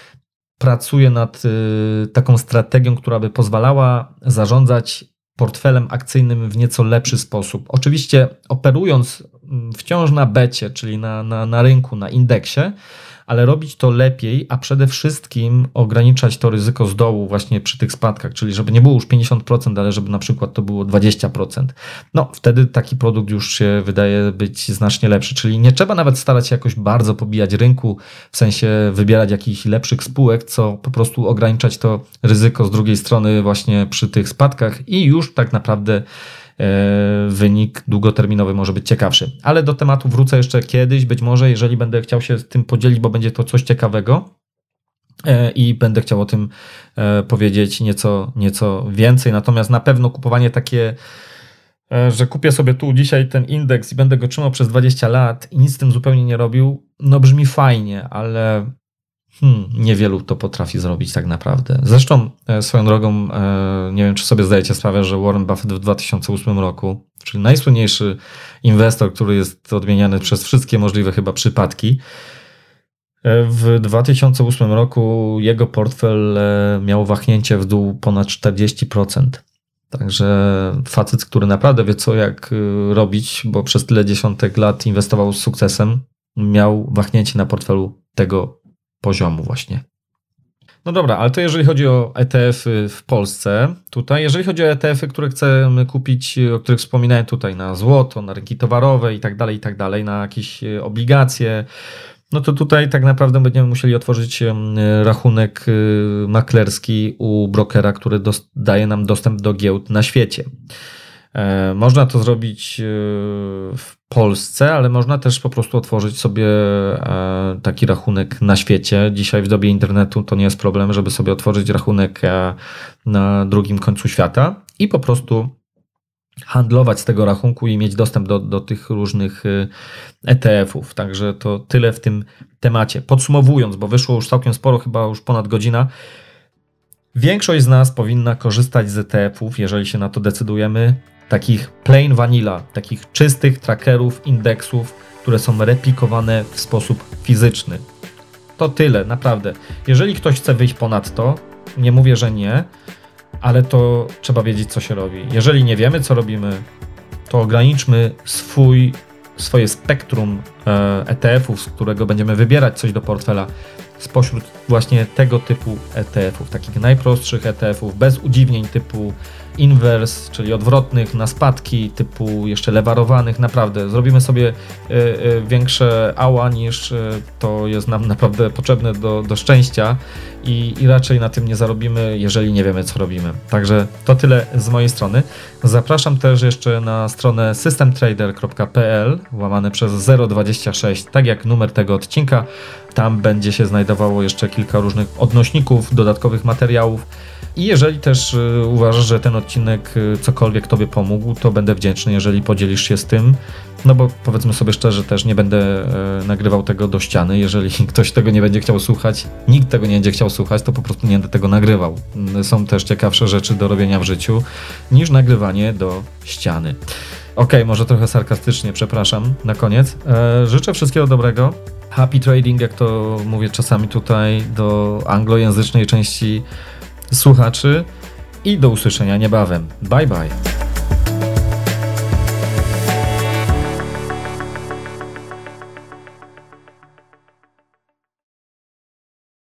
pracuję nad taką strategią, która by pozwalała zarządzać portfelem akcyjnym w nieco lepszy sposób. Oczywiście operując wciąż na becie, czyli na, na, na rynku, na indeksie, ale robić to lepiej, a przede wszystkim ograniczać to ryzyko z dołu właśnie przy tych spadkach, czyli żeby nie było już pięćdziesiąt procent, ale żeby na przykład to było dwadzieścia procent. No wtedy taki produkt już się wydaje być znacznie lepszy, czyli nie trzeba nawet starać się jakoś bardzo pobijać rynku, w sensie wybierać jakichś lepszych spółek, co po prostu ograniczać to ryzyko z drugiej strony właśnie przy tych spadkach i już tak naprawdę wynik długoterminowy może być ciekawszy. Ale do tematu wrócę jeszcze kiedyś, być może jeżeli będę chciał się z tym podzielić, bo będzie to coś ciekawego i będę chciał o tym powiedzieć nieco, nieco więcej. Natomiast na pewno kupowanie takie, że kupię sobie tu dzisiaj ten indeks i będę go trzymał przez dwadzieścia lat i nic z tym zupełnie nie robił, no brzmi fajnie, ale Hmm, niewielu to potrafi zrobić tak naprawdę. Zresztą e, swoją drogą, e, nie wiem czy sobie zdajecie sprawę, że Warren Buffett w dwa tysiące ósmym roku, czyli najsłynniejszy inwestor, który jest odmieniany przez wszystkie możliwe chyba przypadki, e, w dwa tysiące ósmym roku jego portfel e, miał wahnięcie w dół ponad czterdzieści procent. Także facet, który naprawdę wie co jak e, robić, bo przez tyle dziesiątek lat inwestował z sukcesem, miał wahnięcie na portfelu tego poziomu właśnie. No dobra, ale to jeżeli chodzi o E T F-y w Polsce, tutaj, jeżeli chodzi o E T F-y, które chcemy kupić, o których wspominałem tutaj, na złoto, na rynki towarowe i tak dalej, i tak dalej, na jakieś obligacje, no to tutaj tak naprawdę będziemy musieli otworzyć rachunek maklerski u brokera, który dos- daje nam dostęp do giełd na świecie. Można to zrobić w Polsce, ale można też po prostu otworzyć sobie taki rachunek na świecie. Dzisiaj w dobie internetu to nie jest problem, żeby sobie otworzyć rachunek na drugim końcu świata i po prostu handlować z tego rachunku i mieć dostęp do, do tych różnych E T F-ów. Także to tyle w tym temacie. Podsumowując, bo wyszło już całkiem sporo, chyba już ponad godzina. Większość z nas powinna korzystać z E T F-ów, jeżeli się na to decydujemy, takich plain vanilla, takich czystych trackerów, indeksów, które są replikowane w sposób fizyczny. To tyle, naprawdę. Jeżeli ktoś chce wyjść ponad to, nie mówię, że nie, ale to trzeba wiedzieć, co się robi. Jeżeli nie wiemy, co robimy, to ograniczmy swój, swoje spektrum E T F-ów, z którego będziemy wybierać coś do portfela spośród właśnie tego typu E T F ów, takich najprostszych E T F ów, bez udziwnień typu inwers, czyli odwrotnych na spadki, typu jeszcze lewarowanych, naprawdę zrobimy sobie y, y, większe ała niż y, to jest nam naprawdę potrzebne do, do szczęścia i, i raczej na tym nie zarobimy, jeżeli nie wiemy, co robimy. Także to tyle z mojej strony. Zapraszam też jeszcze na stronę system trader kropka p l łamane przez zero dwadzieścia sześć, tak jak numer tego odcinka. Tam będzie się znajdowało jeszcze kilka różnych odnośników, dodatkowych materiałów. I jeżeli też y, uważasz, że ten odcinek y, cokolwiek Tobie pomógł, to będę wdzięczny, jeżeli podzielisz się z tym, no bo powiedzmy sobie szczerze, też nie będę y, nagrywał tego do ściany. Jeżeli ktoś tego nie będzie chciał słuchać, nikt tego nie będzie chciał słuchać, to po prostu nie będę tego nagrywał. Y, są też ciekawsze rzeczy do robienia w życiu niż nagrywanie do ściany. Okej, okay, może trochę sarkastycznie, przepraszam, na koniec. E, życzę wszystkiego dobrego. Happy trading, jak to mówię czasami tutaj do anglojęzycznej części słuchaczy i do usłyszenia niebawem. Bye bye.